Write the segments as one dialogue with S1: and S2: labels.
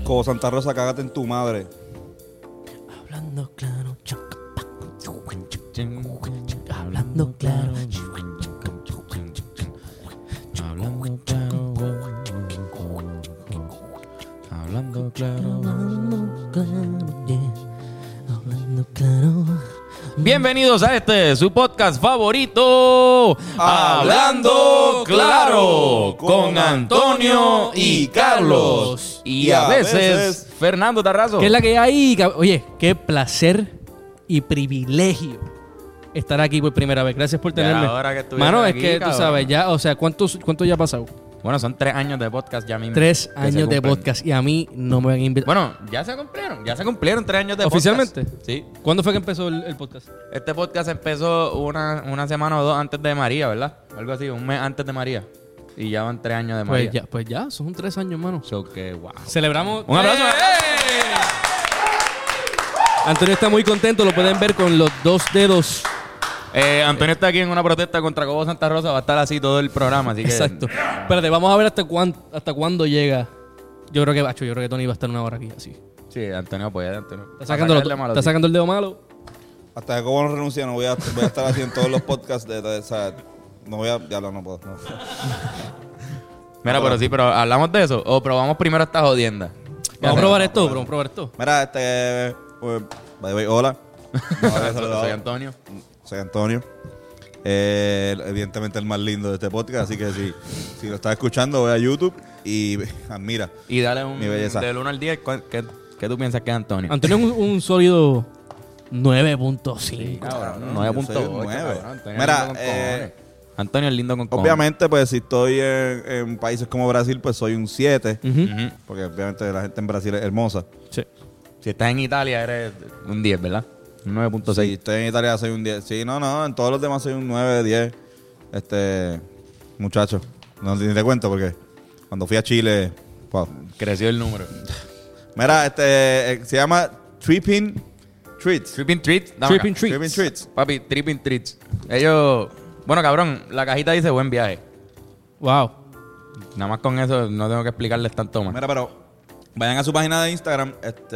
S1: Cobo Santa Rosa, cágate en tu madre.
S2: Hablando claro, hablando claro,
S3: Hablando claro, hablando claro.
S2: hablando claro.
S3: Bienvenidos a su podcast favorito, Hablando Claro, con Antonio y Carlos. Y a veces Fernando Tarrazo.
S2: ¿Qué es la que hay? Oye, qué placer y privilegio estar aquí por primera vez. Gracias por tenerme.
S3: ahora que estuvieron
S2: Mano,
S3: aquí,
S2: es que
S3: cabrón.
S2: tú sabes, ya, o sea, ¿cuánto ya ha pasado?
S3: Bueno, son 3 años de podcast ya mismo.
S2: 3
S3: que se
S2: años de
S3: cumplen.
S2: podcast y a mí no me han invitado.
S3: Bueno, ya se cumplieron 3 años de
S2: ¿Oficialmente?
S3: podcast. Sí.
S2: ¿Cuándo fue que empezó el podcast?
S3: Este podcast empezó una semana o 2 antes de María, ¿verdad? Algo así, un mes antes de María. Y ya van 3 años de María.
S2: Pues ya, son 3 años, mano.
S3: So que, wow.
S2: Celebramos.
S3: Un aplauso.
S2: Antonio está muy contento, lo pueden ver con los 2 dedos.
S3: Antonio está aquí en una protesta contra Cobo Santa Rosa. Va a estar así todo el programa, así que...
S2: Exacto. Espérate, vamos a ver hasta cuándo llega. Yo creo que Tony va a estar 1 hora aquí, así.
S3: Sí, Antonio puede, Antonio.
S2: Está sacando el dedo malo.
S1: Hasta que Cobo no renuncie, no voy a estar haciendo todos los podcasts o sea, no voy a... Ya no puedo. No.
S3: Mira, pero ¿hablamos de eso? O probamos primero esta jodienda.
S2: Vamos a probar esto.
S1: Mira, pues, by the way, hola.
S3: Soy Antonio.
S1: Soy Antonio. Evidentemente el más lindo de este podcast, así que si lo estás escuchando, ve a YouTube y admira.
S3: Y dale
S1: Mi belleza.
S3: del 1 al 10, ¿qué tú piensas que es Antonio?
S2: Antonio es un sólido 9.5.
S3: Cabrón,
S1: yo soy un
S3: 9.8.
S1: 9.
S3: cabrón. Antonio
S1: Mira,
S3: es lindo con cojones. Antonio es lindo con cojones.
S1: Obviamente, pues si estoy en países como Brasil, pues soy un 7.
S3: Ujú.
S1: Porque obviamente la gente en Brasil es hermosa.
S2: Sí.
S3: Si estás en Italia, eres un 10, ¿verdad? Un 9.6.
S1: Si estoy en Italia, soy un 10. Sí, no, en todos los demás soy un 9, 10. Muchacho, no ni te cuento porque cuando fui a Chile, wow.
S3: Creció el número.
S1: Mira, se llama Tripping Treats.
S3: Tripping Treats. Dame
S2: Tripping
S3: acá.
S2: Treats.
S1: Tripping Treats.
S3: Papi, Tripping Treats. Ellos... Bueno, cabrón, la cajita dice buen viaje.
S2: Wow.
S3: Nada más con eso no tengo que explicarles tanto más.
S1: Mira, pero vayan a su página de Instagram,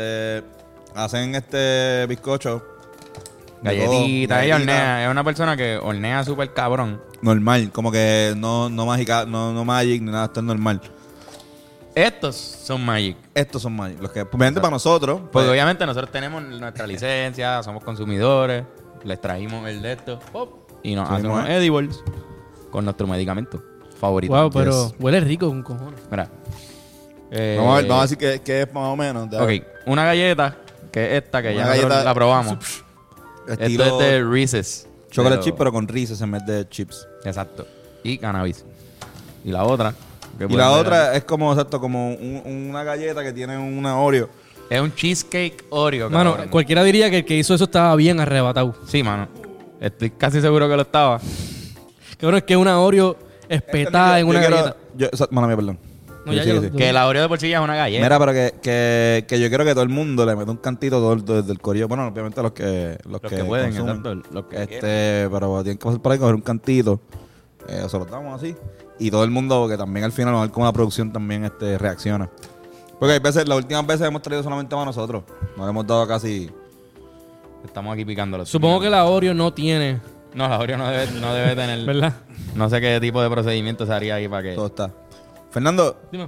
S1: hacen bizcocho. de
S3: Galletita,
S1: todo,
S3: ella
S1: galletita
S3: hornea. Es una persona que hornea súper cabrón.
S1: normal, como que no mágica, no magic ni nada, esto es normal.
S3: Estos son Magic.
S1: Estos son magic, los que obviamente para nosotros,
S3: Porque
S1: pues,
S3: obviamente nosotros tenemos nuestra licencia, somos consumidores, les trajimos el de esto y nos
S1: Sí,
S3: hacemos
S1: ¿no?
S3: edibles con nuestro medicamento favorito.
S2: Wow, pero
S1: Yes.
S2: huele rico con cojones.
S3: Mira.
S1: vamos a decir que es más o menos.
S3: Ok, una galleta, que es esta, que
S1: Una
S3: ya nosotros
S1: galleta-
S3: la probamos.
S1: Estilo
S3: Esto es de Reese's.
S1: chocolate chip, pero con Reese's en vez de chips.
S3: Exacto. Y cannabis. Y la otra. que
S1: Y
S3: pueden
S1: la
S3: ver
S1: otra es como, exacto, como una galleta que tiene una Oreo.
S3: ahí. Es un cheesecake Oreo,
S2: Mano,
S3: cabrón.
S2: cualquiera diría que el que hizo eso estaba bien arrebatado.
S3: Sí, mano. Estoy casi seguro que lo estaba.
S2: Cabrón, es que una Oreo espetada en una galleta.
S1: Mano mía, perdón.
S2: No,
S1: Sí,
S2: ya
S1: sí,
S2: yo-
S1: sí.
S3: Que la Oreo de bolsilla es una galleta.
S1: Mira, pero que yo quiero que todo el mundo le meta un cantito todo desde el corillo. Bueno, obviamente los que
S3: pueden,
S1: consumen.
S3: exacto, los que
S1: Pero tienen que pasar por ahí, coger un cantito. Se lo damos así. Y todo el mundo, que también al final, a ver cómo la producción también reacciona. Porque hay veces, las últimas veces hemos traído solamente para nosotros. No le hemos dado casi.
S3: Estamos aquí picándolo.
S2: Supongo que la Oreo no tiene,
S3: No, la Oreo no debe tener...
S2: ¿verdad?
S3: No sé qué tipo de procedimiento se haría ahí para que...
S1: Todo está. Fernando,
S2: Dime.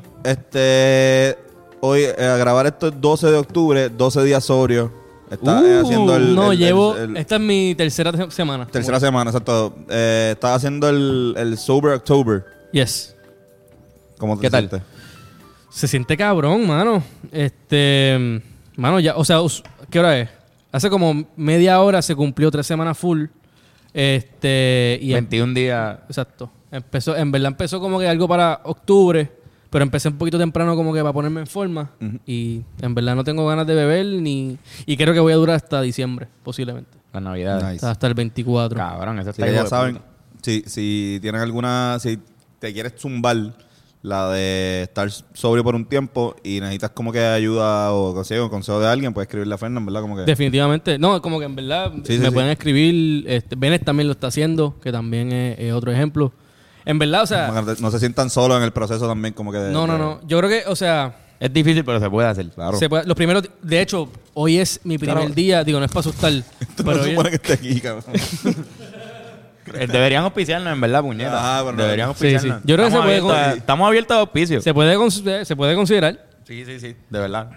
S1: hoy a grabar esto es 12 de octubre, 12 días sobrio. Está haciendo
S2: Esta es mi tercera semana.
S1: tercera semana, exacto. Estaba haciendo el Sober October.
S2: Yes.
S1: ¿Cómo te
S3: ¿Qué tal?
S1: sientes?
S2: Se siente cabrón, mano. Mano, ya, o sea, ¿qué hora es? Hace como media hora se cumplió 3 semanas full. Y
S3: 21 días...
S2: exacto. En verdad empezó como que algo para octubre, pero empecé un poquito temprano como que para ponerme en forma.
S1: Ujú.
S2: Y en verdad no tengo ganas de beber y creo que voy a durar hasta diciembre, posiblemente.
S3: La Navidad.
S1: Nice.
S2: Hasta el 24.
S3: Cabrón, eso
S1: Así
S3: está
S1: que
S3: hijo
S1: ya
S3: de
S1: saben,
S3: puta.
S1: si tienen alguna, si te quieres zumbar la de estar sobrio por un tiempo y necesitas como que ayuda o consejo de alguien, puedes escribirle a Fernan, ¿verdad? Como que
S2: Definitivamente. No, como que en verdad
S1: Sí,
S2: me
S1: sí.
S2: pueden escribir. Bennett también lo está haciendo, que también es otro ejemplo. En verdad, o sea...
S1: no se sientan solos en el proceso también como que
S2: No. Yo creo que, o sea...
S3: Es difícil, pero se puede hacer.
S1: Claro.
S2: Los primeros... De hecho, hoy es mi primer día. Digo, no es para asustar.
S1: Esto
S2: pero
S1: no
S2: hoy
S1: supone que esté aquí, cabrón.
S3: Deberían auspiciarnos, en verdad, puñeta.
S1: Pero no.
S3: Deberían
S2: Sí, sí.
S3: auspiciarnos.
S2: Yo creo que
S3: Estamos abiertos a auspicio.
S2: se puede considerar.
S3: Sí, de verdad.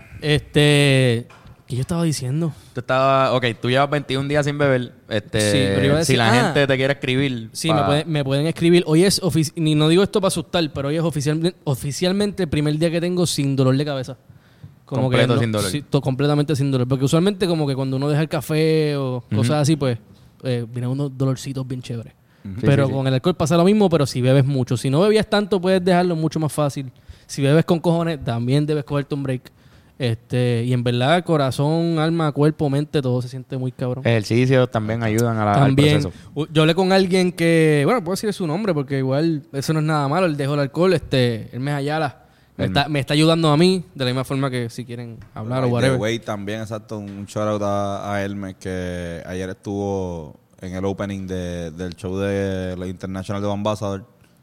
S2: ¿Qué yo estaba diciendo?
S3: Tú llevas 21 días sin beber.
S2: pero iba a decir-
S3: si la gente te quiere escribir.
S2: Sí, me pueden escribir. Hoy es ni no digo esto para asustar, pero hoy es oficialmente el primer día que tengo sin dolor de cabeza.
S3: Completo sin dolor.
S2: Sí, completamente sin dolor. Porque usualmente como que cuando uno deja el café o cosas así, pues vienen unos dolorcitos bien chéveres. Pero con el alcohol pasa lo mismo, pero si bebes mucho. Si no bebías tanto, puedes dejarlo mucho más fácil. Si bebes con cojones, también debes cogerte un break. Y en verdad, corazón, alma, cuerpo, mente, todo se siente muy cabrón.
S3: Ejercicios también ayudan al proceso.
S2: Yo hablé con alguien que, bueno, puedo decir su nombre porque igual eso no es nada malo. Él dejó el alcohol, Hermes Ayala. Me está ayudando a mí de la misma forma que si quieren hablar o whatever.
S1: Güey, también, exacto, un shout out a Hermes que ayer estuvo en el opening del show de la International de Ambassador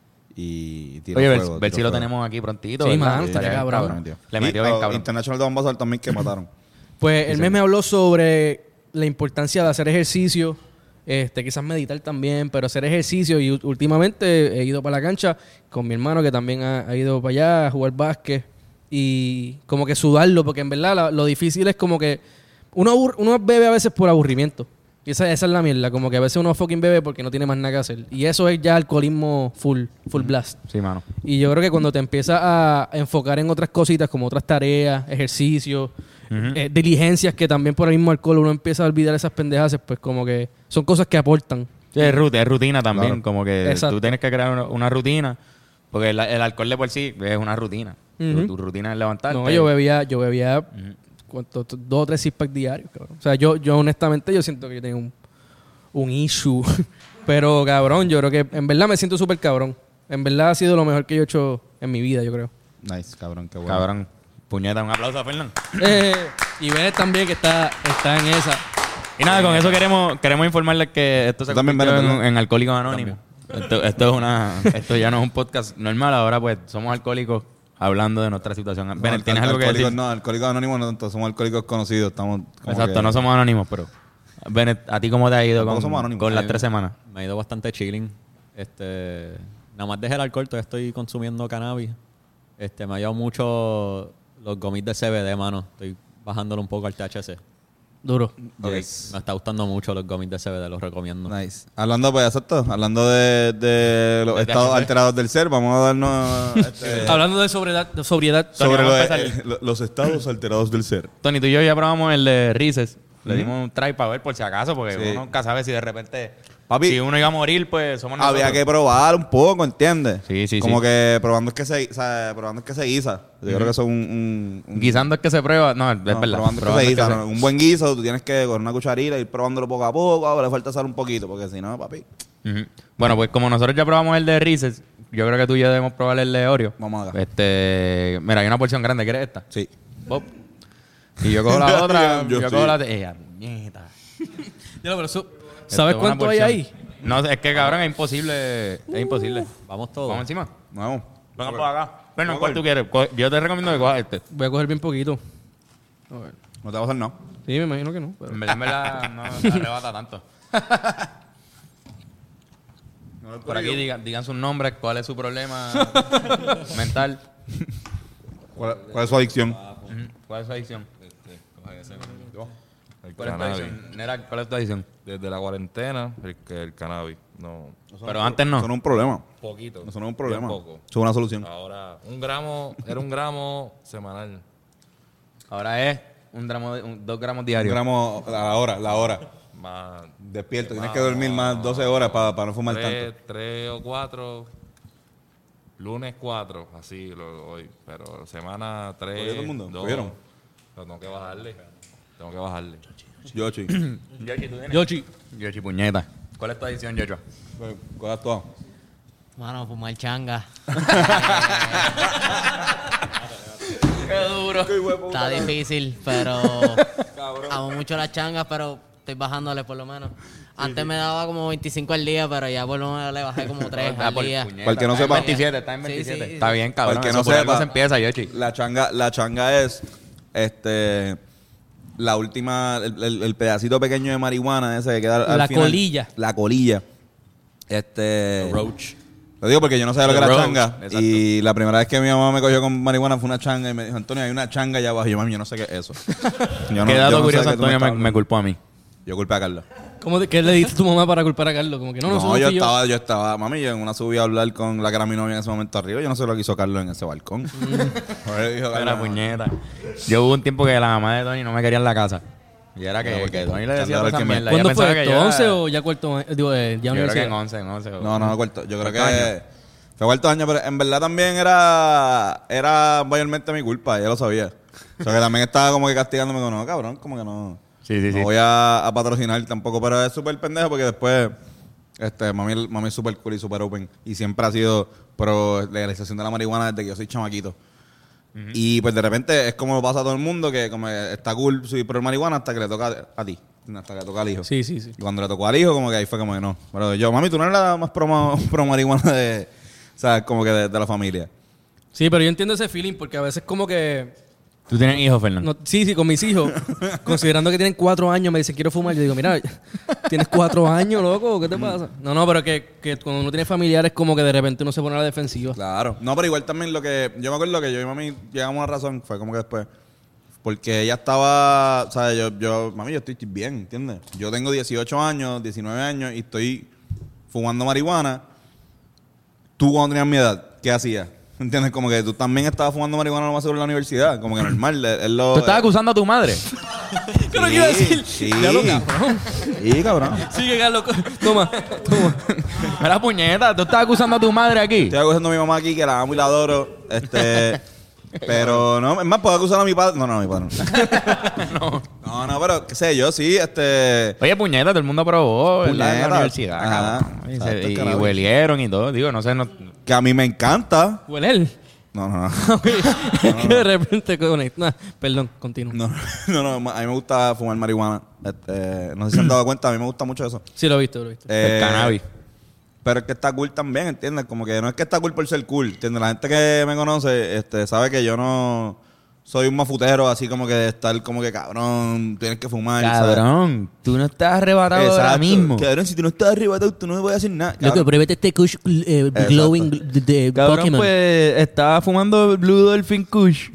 S1: y tiró fuego.
S3: Ver si lo tenemos aquí prontito.
S2: Sí,
S3: ¿verdad?
S2: mano, estaría cabrón.
S3: Le metió bien cabrón.
S1: International de Ambassador también que mataron.
S2: Pues Hermes me habló sobre la importancia de hacer ejercicio, quizás meditar también, pero hacer ejercicio. Y últimamente he ido para la cancha con mi hermano que también ha ido para allá a jugar básquet y como que sudarlo, porque en verdad lo difícil es como que uno bebe a veces por aburrimiento. Y esa es la mierda, como que a veces uno fucking bebe porque no tiene más nada que hacer. Y eso es ya alcoholismo full blast.
S3: Sí, mano.
S2: Y yo creo que cuando te empiezas a enfocar en otras cositas como otras tareas, ejercicios, diligencias que también por el mismo alcohol uno empieza a olvidar esas pendejas, pues como que son cosas que aportan.
S3: Sí, es rutina también.
S1: Claro.
S3: Como que
S2: Exacto.
S3: tú tienes que crear una rutina. Porque el alcohol de por sí es una rutina. Tu rutina es levantarte.
S2: No, yo bebía ¿cuánto? 2 o 3 six-pack diarios, cabrón. O sea, yo honestamente yo siento que yo tengo un issue. Pero, cabrón, yo creo que en verdad me siento súper cabrón. En verdad ha sido lo mejor que yo he hecho en mi vida, yo creo.
S1: Nice, cabrón, qué bueno.
S3: Cabrón. Puñeta, un aplauso a Fernán.
S2: Y Bennett también, que está en esa.
S3: Y nada, con eso queremos informarles que esto se
S1: También,
S3: convirtió
S1: Bennett,
S3: en Alcohólicos Anónimos. Esto ya no es un podcast normal. Ahora pues somos alcohólicos hablando de nuestra situación. Bennett, ¿tienes algo que decir?
S1: No, alcohólicos anónimos no, entonces somos alcohólicos conocidos. Estamos como
S3: Exacto,
S1: que-
S3: no somos anónimos, pero... Bennett, ¿a ti cómo te ha ido
S1: Tampoco somos anónimos.
S3: con las 3 semanas?
S4: Me ha ido bastante chilling. Nada más dejé el alcohol, todavía estoy consumiendo cannabis. Me ha ayudado mucho los gomis de CBD, mano. Estoy bajándole un poco al THC.
S2: Duro.
S1: Yes.
S4: Me está gustando mucho los gomis de CBD, los recomiendo.
S1: Nice. Hablando, pues, exacto. Hablando de los estados alterados del ser, vamos a darnos
S2: Hablando de sobriedad.
S1: sobre
S3: vamos a empezar.
S1: los estados alterados del ser.
S3: Tony, tú y yo ya probamos el de Reese's. Le dimos un try para ver por si acaso, porque
S1: Sí.
S3: uno nunca sabe si de repente...
S1: Papi,
S3: si uno iba a morir, pues somos nosotros.
S1: había que probar un poco, ¿entiendes?
S3: Sí.
S1: Como que probando es que se guisa. Yo creo que eso es un
S3: Guisando es que se prueba. No, es verdad.
S1: Probando es que se guisa. ¿No? Un buen guiso, tú tienes que con una cucharita ir probándolo poco a poco. Ahora le falta sal un poquito, porque si no, papi.
S3: Ujú. Bueno, pues como nosotros ya probamos el de Reese's, yo creo que tú y yo debemos probar el de Oreo.
S1: Vamos acá.
S3: Mira, hay una porción grande. ¿Quieres esta?
S1: Sí.
S3: Pop. Y yo cojo la otra.
S1: Yo
S3: yo
S1: sí.
S3: cojo la... puñeta.
S2: Pero eso,
S3: Esto
S2: ¿sabes
S3: es una
S2: cuánto hay
S3: porción.
S2: ahí?
S3: No, es que cabrón, es imposible. Es imposible.
S4: Vamos todos.
S3: Vamos encima.
S1: Vamos.
S3: Venga por acá. Bueno, ¿cuál tú quieres? Yo te recomiendo que cojas este.
S2: Voy a coger bien poquito. A ver.
S1: No te va a hacer nada.
S2: Sí, me imagino que no. Pero...
S3: En verdad, no se arrebata tanto. Por aquí digan sus nombres, cuál es su problema mental.
S1: ¿Cuál es su adicción?
S3: Ujú. ¿Cuál es su adicción?
S5: El
S3: ¿Cuál es tu
S5: cannabis.
S3: adicción? Nera, ¿cuál es tu adicción?
S5: Desde la cuarentena, el cannabis. No,
S3: Pero antes no.
S1: Eso no es un problema.
S5: poquito.
S1: Eso no es un problema.
S5: Bien poco.
S1: Eso es una solución.
S5: Ahora, era un gramo semanal.
S3: Ahora es 2 gramos
S1: Un
S3: diarios.
S1: gramo la hora.
S5: Más
S1: Despierto. Tienes que dormir más 12 horas para no fumar tanto.
S5: 3 o 4. Lunes 4, así hoy. Pero semana 3.
S1: ¿Oye todo el mundo?
S5: 2.
S1: ¿Oyeron?
S5: Pero tengo que bajarle. Tengo que bajarle.
S1: Yoshi.
S3: Yoshi, ¿tú tienes?
S2: Yoshi.
S3: Yoshi, puñeta. ¿Cuál es tu adicción, Yoshi?
S1: ¿Cuál es tu?
S6: Mano, fumar changa.
S3: ¡Qué duro!
S6: Está difícil, pero amo mucho las changas, pero estoy bajándole por lo menos. Antes me daba como 25 al día, pero ya por lo menos le bajé como 3 al día.
S1: Para el que no sepa.
S3: Está en 27, está en 27.
S6: sí.
S3: Está bien, cabrón.
S1: Para el que
S3: Eso
S1: no
S3: por algo
S1: sepa,
S3: se empieza, Yoshi.
S1: La changa es la última, el pedacito pequeño de marihuana ese que queda al
S2: La
S1: final.
S2: colilla.
S1: La colilla.
S4: Roach.
S1: Lo digo porque yo no sabía lo que era
S3: Roach,
S1: changa.
S3: exacto.
S1: Y la primera vez que mi mamá me cogió con marihuana fue una changa y me dijo, Antonio, hay una changa allá abajo. Y yo, mami, yo no sé qué es eso. Yo no-
S3: Qué
S1: yo
S3: dato
S1: no sé
S3: curioso,
S1: qué tú me
S3: Antonio
S1: estás
S3: me culpó a mí.
S1: hablando. Yo culpé a Carlos.
S2: ¿Qué le dijiste a tu mamá para culpar a Carlos? Como que no,
S1: No,
S2: yo.
S1: yo estaba, mami, yo en una subí a hablar con la que era mi novia en ese momento arriba. Yo no sé lo que hizo Carlos en ese balcón. Ahora dijo Carlos,
S3: Era puñeta. Yo hubo un tiempo que la mamá de Tony no me quería en la casa. Y era que Tony le decía toda esa mierda. Ella
S2: ¿Cuándo
S3: pensaba
S2: fue
S3: que
S2: esto?
S3: yo
S2: ¿11
S3: era-
S2: o ya cuarto año? Digo, ya
S3: Yo creo que
S2: universidad.
S3: en 11.
S1: No, cuarto. Yo creo
S3: ¿Cuarto año?
S1: que fue cuarto año, pero en verdad también era mayormente mi culpa. Ella lo sabía. O sea, que también estaba como que castigándome como, no, cabrón, como que no.
S3: Sí.
S1: No voy a patrocinar tampoco, pero es súper pendejo porque después mami es súper cool y súper open y siempre ha sido pro legalización de la marihuana desde que yo soy chamaquito. Y pues de repente es como pasa a todo el mundo que como está cool subir pro marihuana hasta que le toca a ti, hasta que le toca al hijo.
S2: Sí.
S1: Y cuando le tocó al hijo como que ahí fue como que no. Pero yo, mami, tú no eres la más pro marihuana de, o sea, como que de la familia.
S2: Sí, pero yo entiendo ese feeling porque a veces como que...
S3: ¿Tú tienes hijos, Fernando?
S2: No, sí, con mis hijos, considerando que tienen 4 años, me dicen quiero fumar. Yo digo, mira, tienes 4 años, loco, ¿qué te pasa? No, pero que cuando uno tiene familiares, como que de repente uno se pone a la defensiva.
S1: Claro. No, pero igual también yo me acuerdo que yo y mami llegamos a una razón, fue como que después. Porque ella estaba, o sea, mami, yo estoy bien, ¿entiendes? Yo tengo 18 años, 19 años y estoy fumando marihuana. Tú cuando tenías mi edad, ¿qué hacías? ¿Entiendes? Como que tú también estabas fumando marihuana nomás seguro en la universidad. Como que normal.
S3: ¿Tú estás acusando a tu madre?
S2: ¿Qué es lo que iba a decir?
S1: Sí,
S2: Ya lo cabrón.
S1: Sí, cabrón.
S2: Sigue, Carlos. Toma.
S3: Mira, puñeta, ¿tú estás acusando a tu madre aquí?
S1: Estoy acusando a mi mamá aquí, que la amo y la adoro. Pero no, es más, puedo acusar a mi padre. No, mi padre no. No, pero qué sé yo, sí,
S3: Oye, puñeta, todo el mundo aprobó ¿verdad? En la
S1: Puñeta.
S3: universidad,
S1: Ajá.
S3: cabrón.
S1: Exacto,
S3: Y
S1: carajo.
S3: huelieron y todo. Digo, no sé, no...
S1: que a mí me encanta.
S2: ¿Huele él?
S1: No.
S2: Es que de repente conecta. Perdón, continúo.
S1: No, a mí me gusta fumar marihuana. No sé si se han dado cuenta, a mí me gusta mucho eso.
S2: Sí, lo he visto.
S3: El cannabis.
S1: Pero es que está cool también, ¿entiendes? Como que no es que está cool por ser cool, ¿entiendes? La gente que me conoce sabe que yo no soy un mafutero así como que de estar como que cabrón, tienes que fumar. ¿sabes?
S3: Cabrón, tú no estás arrebatado ahora
S1: Exacto.
S3: mismo.
S1: Cabrón, si tú no estás arrebatado, tú no me voy a decir nada.
S2: Loco,
S1: Cabrón.
S2: pruébate este Kush glowing de
S3: Cabrón,
S2: Pokémon.
S3: pues estaba fumando Blue Dolphin Kush.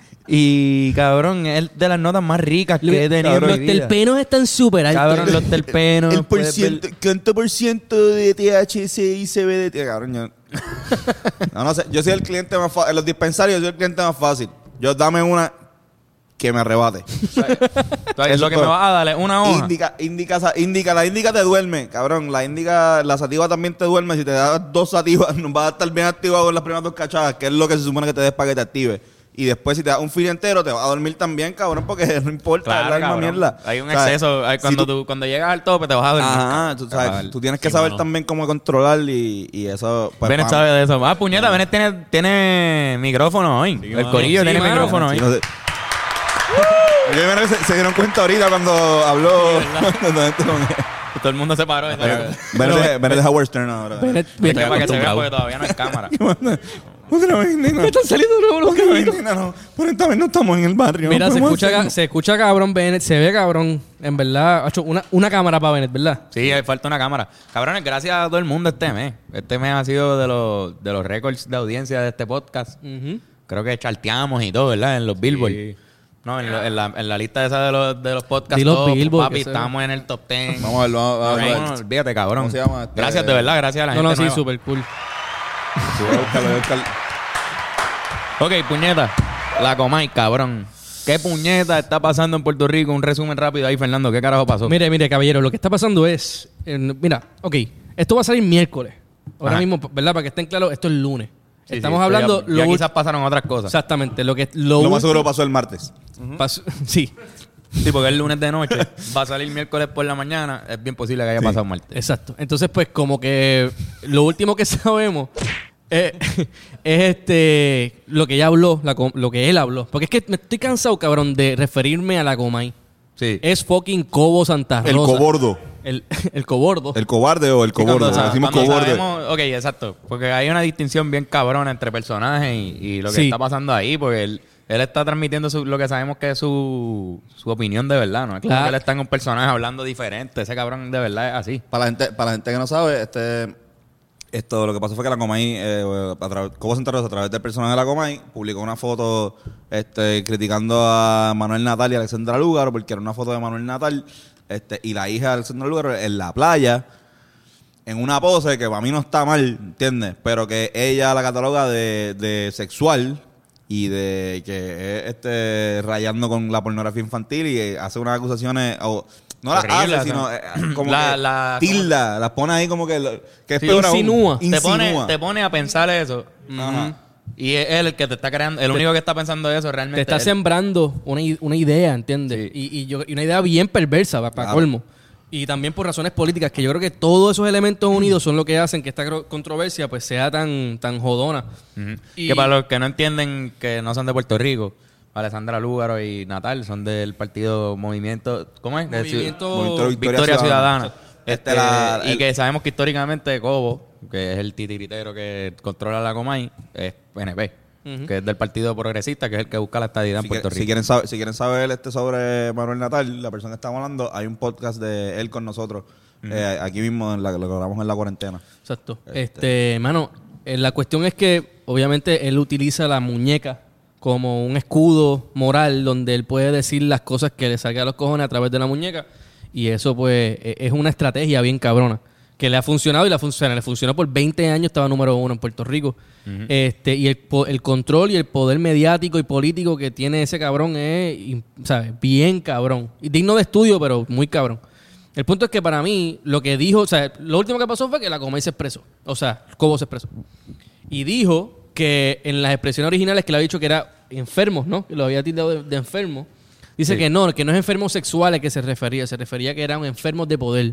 S3: Y cabrón, es de las notas más ricas que he tenido
S2: Los
S3: en mi vida.
S2: terpenos están súper altos.
S3: Cabrón, los terpenos.
S1: El
S3: puedes ver-
S1: ¿cuánto por ciento de THC y CBD? Cabrón, yo... no sé. Yo soy el cliente más fácil. En los dispensarios, yo soy el cliente más fácil. Yo dame una que me arrebate.
S3: Entonces, lo que me vas a dar es una hoja.
S1: Indica. La indica te duerme, cabrón. La sativa también te duerme. Si te das 2 sativas, no vas a estar bien activado con las primeras 2 cachadas, que es lo que se supone que te des para que te active. Y después, si te das un fil entero, te vas a dormir también, cabrón, porque no importa,
S3: Claro,
S1: es la misma
S3: cabrón.
S1: mierda.
S3: Hay un
S1: O sea,
S3: exceso.
S1: si
S3: Cuando llegas al tope, te vas a dormir.
S1: Ajá, tú sabes, tú tienes que saber también cómo controlar y eso. Pues,
S3: Bennett sabe de eso. Ah, puñeta, Bennett tiene micrófono hoy. El
S4: mano.
S3: corillo
S2: Sí,
S3: tiene
S2: mano.
S3: micrófono hoy.
S1: Sí, no sé. Yo creo que se dieron cuenta ahorita cuando habló.
S3: Todo el mundo se paró.
S1: Bennett es Howard Stern ahora.
S2: Bennett,
S3: Para que se vea
S4: acostumbrado.
S3: porque todavía no hay cámara.
S1: Otra vez, nena.
S2: me están saliendo nuevos los
S1: Otra vez,
S2: gritos.
S1: nena, no. Por esta vez no estamos en el barrio.
S2: Mira,
S1: no
S2: se
S1: podemos
S2: escucha,
S1: hacerlo.
S2: se escucha cabrón Bennett, se ve cabrón. En verdad, ha hecho una cámara para Bennett, ¿verdad?
S3: Sí, hay falta una cámara. Cabrones, gracias a todo el mundo este mes. Este mes ha sido de los récords de audiencia de este podcast. Creo que charteamos y todo, ¿verdad? En los Billboard.
S4: Sí.
S3: No, en la lista esa de los podcasts.
S2: Di los
S3: todos,
S2: Billboard,
S3: papi,
S2: que se
S3: estamos en el top 10.
S1: Vamos a verlo. Vamos a ver.
S3: No, olvídate, cabrón.
S1: ¿Cómo se llama?
S3: Gracias, de verdad, gracias a la
S2: No,
S3: gente
S2: no, sí,
S3: nueva.
S2: súper cool.
S1: Sí, voy a buscarlo, voy a buscarlo.
S3: Ok, puñeta. La Comay, cabrón. ¿Qué puñeta está pasando en Puerto Rico? Un resumen rápido ahí, Fernando. ¿Qué carajo pasó?
S2: Mire, caballero, lo que está pasando es... mira, ok, esto va a salir miércoles. Ahora
S3: Ajá.
S2: mismo, ¿verdad? Para que estén claros, esto es lunes.
S3: Sí,
S2: Estamos
S3: sí,
S2: hablando...
S3: Ya quizás pasaron otras cosas.
S2: Exactamente.
S1: Lo más seguro pasó el martes.
S2: Sí,
S3: Sí, porque es lunes de noche. Va a salir miércoles por la mañana. Es bien posible que haya pasado martes.
S2: exacto. Entonces, pues, como que lo último que sabemos es lo que ella habló, lo que él habló. Porque es que me estoy cansado, cabrón, de referirme a la Comay.
S3: Sí.
S2: Es fucking Cobo Santa Rosa.
S1: El cobordo.
S2: el cobordo.
S1: El cobarde o el cobordo. Decimos cobarde.
S3: Ok, exacto. Porque hay una distinción bien cabrona entre personajes y lo que
S2: Sí.
S3: está pasando ahí. Porque él está transmitiendo lo que sabemos que es su opinión de verdad, ¿no? Es como
S2: Claro.
S3: que él está en un personaje hablando diferente. Ese cabrón de verdad es así.
S1: Para la gente que no sabe, lo que pasó fue que la Comay, Cobo Central a través del personaje de la Comay, publicó una foto criticando a Manuel Natal y a Alexandra Lúgaro, porque era una foto de Manuel Natal y la hija de Alexandra Lúgaro en la playa, en una pose que para mí no está mal, ¿entiendes? Pero que ella la cataloga de sexual y de que es rayando con la pornografía infantil y hace unas acusaciones... No las
S3: Horrible,
S1: hace, sino como
S3: la-
S1: que tilda, las pone ahí como que es
S2: Sí,
S1: peor aún.
S2: insinúa.
S3: Te pone a pensar eso.
S1: Ajá.
S3: Y es él el que te está creando, el único que está pensando eso realmente.
S2: Te está
S3: él.
S2: sembrando una idea, ¿entiendes?
S3: Sí.
S2: Y una idea bien perversa, para
S1: Claro.
S2: colmo. Y también por razones políticas, que yo creo que todos esos elementos unidos son lo que hacen que esta controversia pues sea tan jodona.
S3: Ujú.
S2: Y-
S3: Que para los que no entienden que no son de Puerto Rico, Alessandra Lúgaro y Natal son del partido Movimiento, ¿cómo es?
S2: Movimiento
S3: Victoria Ciudadana.
S1: Ciudadana.
S3: Y que sabemos que históricamente Cobo, que es el titiritero que controla la Comay, es PNP, que es del Partido Progresista, que es el que busca la estadidad en Puerto Rico.
S1: Si quieren saber sobre Manuel Natal, la persona que estamos hablando, hay un podcast de él con nosotros, aquí mismo, lo grabamos en la cuarentena.
S2: Exacto. Mano, la cuestión es que obviamente él utiliza la muñeca como un escudo moral donde él puede decir las cosas que le salga a los cojones a través de la muñeca, y eso pues es una estrategia bien cabrona que le ha funcionado y le funcionó por 20 años, estaba número 1 en Puerto Rico. Y el control y el poder mediático y político que tiene ese cabrón es, ¿sabes? Bien cabrón. Y digno de estudio, pero muy cabrón. El punto es que para mí, lo que dijo, o sea, lo último que pasó fue que la Comay se expresó. O sea, Cobo se expresó. Y dijo que en las expresiones originales que le había dicho que era enfermos, ¿no? Que lo había tildado de enfermo. Dice que no es enfermos sexuales que se refería que eran enfermos de poder.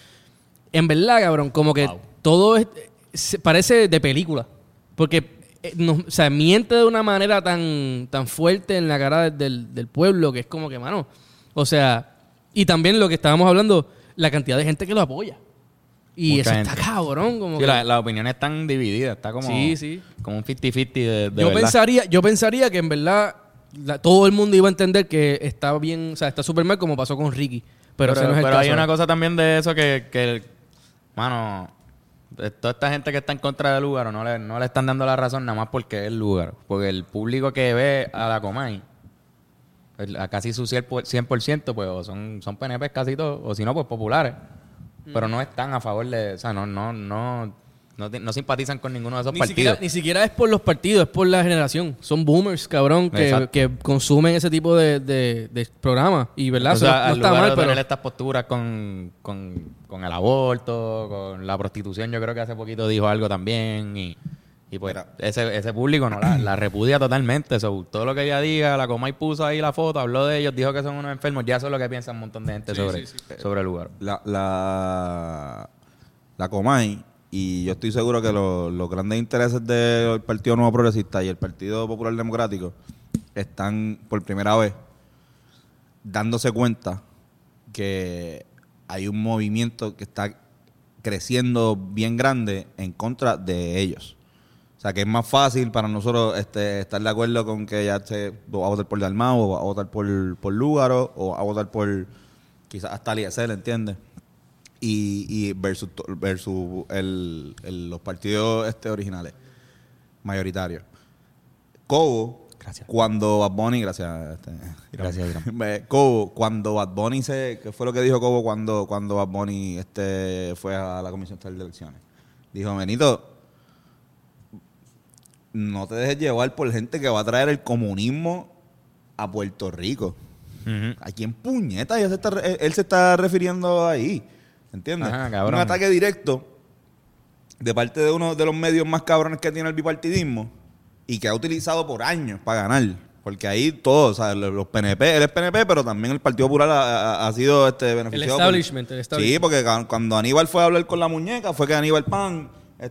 S2: En verdad, cabrón, como que todo parece de película. Porque o sea, miente de una manera tan fuerte en la cara del pueblo que es como que, mano, o sea, y también lo que estábamos hablando, la cantidad de gente que lo apoya. Y
S3: Mucha
S2: eso
S3: gente.
S2: está cabrón. Como
S3: Sí,
S2: que-
S3: las opiniones están divididas, está como,
S2: Sí.
S3: como un 50-50 de
S2: yo
S3: verdad.
S2: pensaría que en verdad todo el mundo iba a entender que está bien, o sea, está súper mal como pasó con Ricky. Pero ese no es el caso.
S3: hay una cosa también de eso que mano, de toda esta gente que está en contra del Lúgaro no le están dando la razón nada más porque es el Lúgaro. Porque el público que ve a la Comay, a casi su 100%, pues o son PNP casi todos, o si no, pues populares. Pero no están a favor de, o sea, no simpatizan con ninguno de esos partidos.
S2: Ni siquiera es por los partidos, es por la generación. Son boomers, cabrón,
S3: Exacto.
S2: que consumen ese tipo de programas. Y, ¿verdad?
S3: O sea,
S2: Eso no
S3: al
S2: está
S3: lugar
S2: mal,
S3: de
S2: pero...
S3: tener estas posturas con el aborto, con la prostitución, yo creo que hace poquito dijo algo también. Y pues ese público no la repudia totalmente. So, todo lo que ella diga, la Comay puso ahí la foto, habló de ellos, dijo que son unos enfermos. Ya eso es lo que piensa un montón de gente sobre el lugar.
S1: La Comay, y yo estoy seguro que los grandes intereses del Partido Nuevo Progresista y el Partido Popular Democrático están por primera vez dándose cuenta que hay un movimiento que está creciendo bien grande en contra de ellos. O sea, que es más fácil para nosotros estar de acuerdo con que ya va a votar por Dalmau, o va a votar por Lúgaro, o va a votar por quizás hasta Eliezer, ¿entiendes? Y versus los partidos originales, mayoritarios. Cobo,
S3: Gracias.
S1: cuando Bad Bunny, gracias.
S3: Gracias,
S1: Cobo, cuando Bad Bunny ¿qué fue lo que dijo Cobo cuando Bad Bunny fue a la Comisión Estatal de Elecciones? Dijo, Benito, no te dejes llevar por gente que va a traer el comunismo a Puerto Rico. ¿A quién puñeta? Él se está refiriendo ahí. ¿Entiendes?
S3: Ajá, cabrón.
S1: Un ataque directo de parte de uno de los medios más cabrones que tiene el bipartidismo y que ha utilizado por años para ganar. Porque ahí todos, o sea, los PNP, él es PNP, pero también el Partido Popular ha sido beneficiado.
S2: El establishment.
S1: Sí, porque cuando Aníbal fue a hablar con la muñeca, fue que Aníbal Pan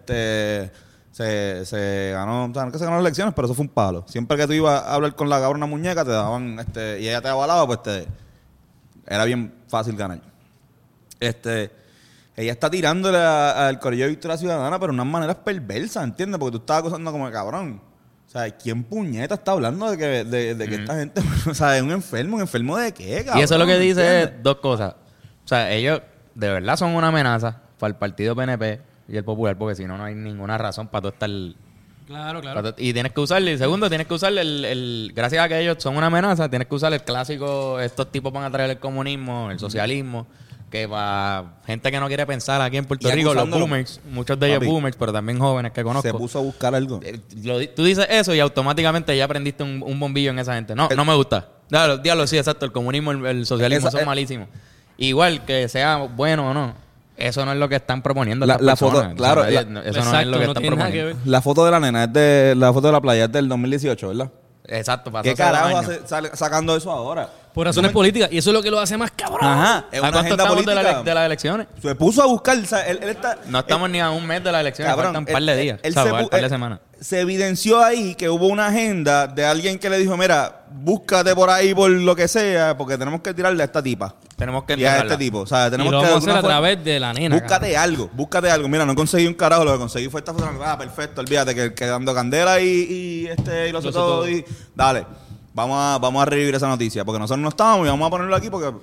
S1: se ganó, o sea, no que se ganó las elecciones, pero eso fue un palo. Siempre que tú ibas a hablar con la cabrona muñeca, te daban, y ella te avalaba, pues era bien fácil ganar. ella está tirándole al corillo de Victoria Ciudadana, pero de unas maneras perversas, ¿entiendes? Porque tú estás acosando como cabrón. O sea, ¿quién puñeta está hablando de que esta gente, o sea, es un enfermo de qué, cabrón?
S3: Y eso lo que dice
S1: ¿entiendes?
S3: es dos cosas. O sea, ellos de verdad son una amenaza para el partido PNP y el Popular, porque si no, no hay ninguna razón para todo estar...
S2: Claro,
S3: Y tienes que usarle, y segundo, tienes que usarle gracias a que ellos son una amenaza, tienes que usar el clásico, estos tipos van a traer el comunismo, el socialismo, que para gente que no quiere pensar aquí en Puerto
S1: Y
S3: Rico, los
S1: acusándolo.
S3: boomers, muchos de ellos
S1: Papi,
S3: boomers, pero también jóvenes que conozco.
S1: Se puso a buscar algo.
S3: Tú dices eso y automáticamente ya prendiste un bombillo en esa gente. No me gusta. Diablo, sí, exacto. El comunismo, el socialismo son malísimos. Igual que sea bueno o no, eso no es lo que están proponiendo
S1: La
S3: estas
S1: foto,
S3: personas.
S1: claro,
S3: O sea,
S1: la-
S3: eso no es lo que están
S2: tiene nada que
S3: proponiendo.
S2: ver.
S1: La foto de la nena es de la foto de la playa es del 2018, ¿verdad?
S3: Exacto, pasó
S1: ¿Qué
S3: hace 2
S1: carajo
S3: años.
S1: sacando eso ahora?
S2: Por razones políticas. Y eso es lo que lo hace más cabrón.
S1: Ajá, es
S3: ¿A
S1: una
S3: cuánto
S1: agenda
S3: estamos
S1: política.
S3: de las elecciones?
S1: Se puso a buscar, o sea, él está...
S3: No estamos ni a un mes de las elecciones,
S1: Cabrón,
S3: faltan un par de días.
S1: él
S3: O sea,
S1: se
S3: un
S1: pu-
S3: par de semanas.
S1: Se evidenció ahí que hubo una agenda de alguien que le dijo, mira, búscate por ahí por lo que sea, porque tenemos que tirarle a esta tipa.
S3: Tenemos que
S1: Y a
S3: enterrarla.
S1: este tipo. O sea,
S2: Y
S1: tenemos
S2: lo
S1: que...
S2: vamos a
S1: de
S2: hacer a
S1: alguna forma-
S2: través de la nena.
S1: Búscate algo. Mira, no conseguí un carajo, lo que conseguí fue esta foto. Ah, perfecto, olvídate que dando candela y lo sé todo. Y, dale, vamos a revivir esa noticia, porque nosotros no estábamos y vamos a ponerlo aquí porque...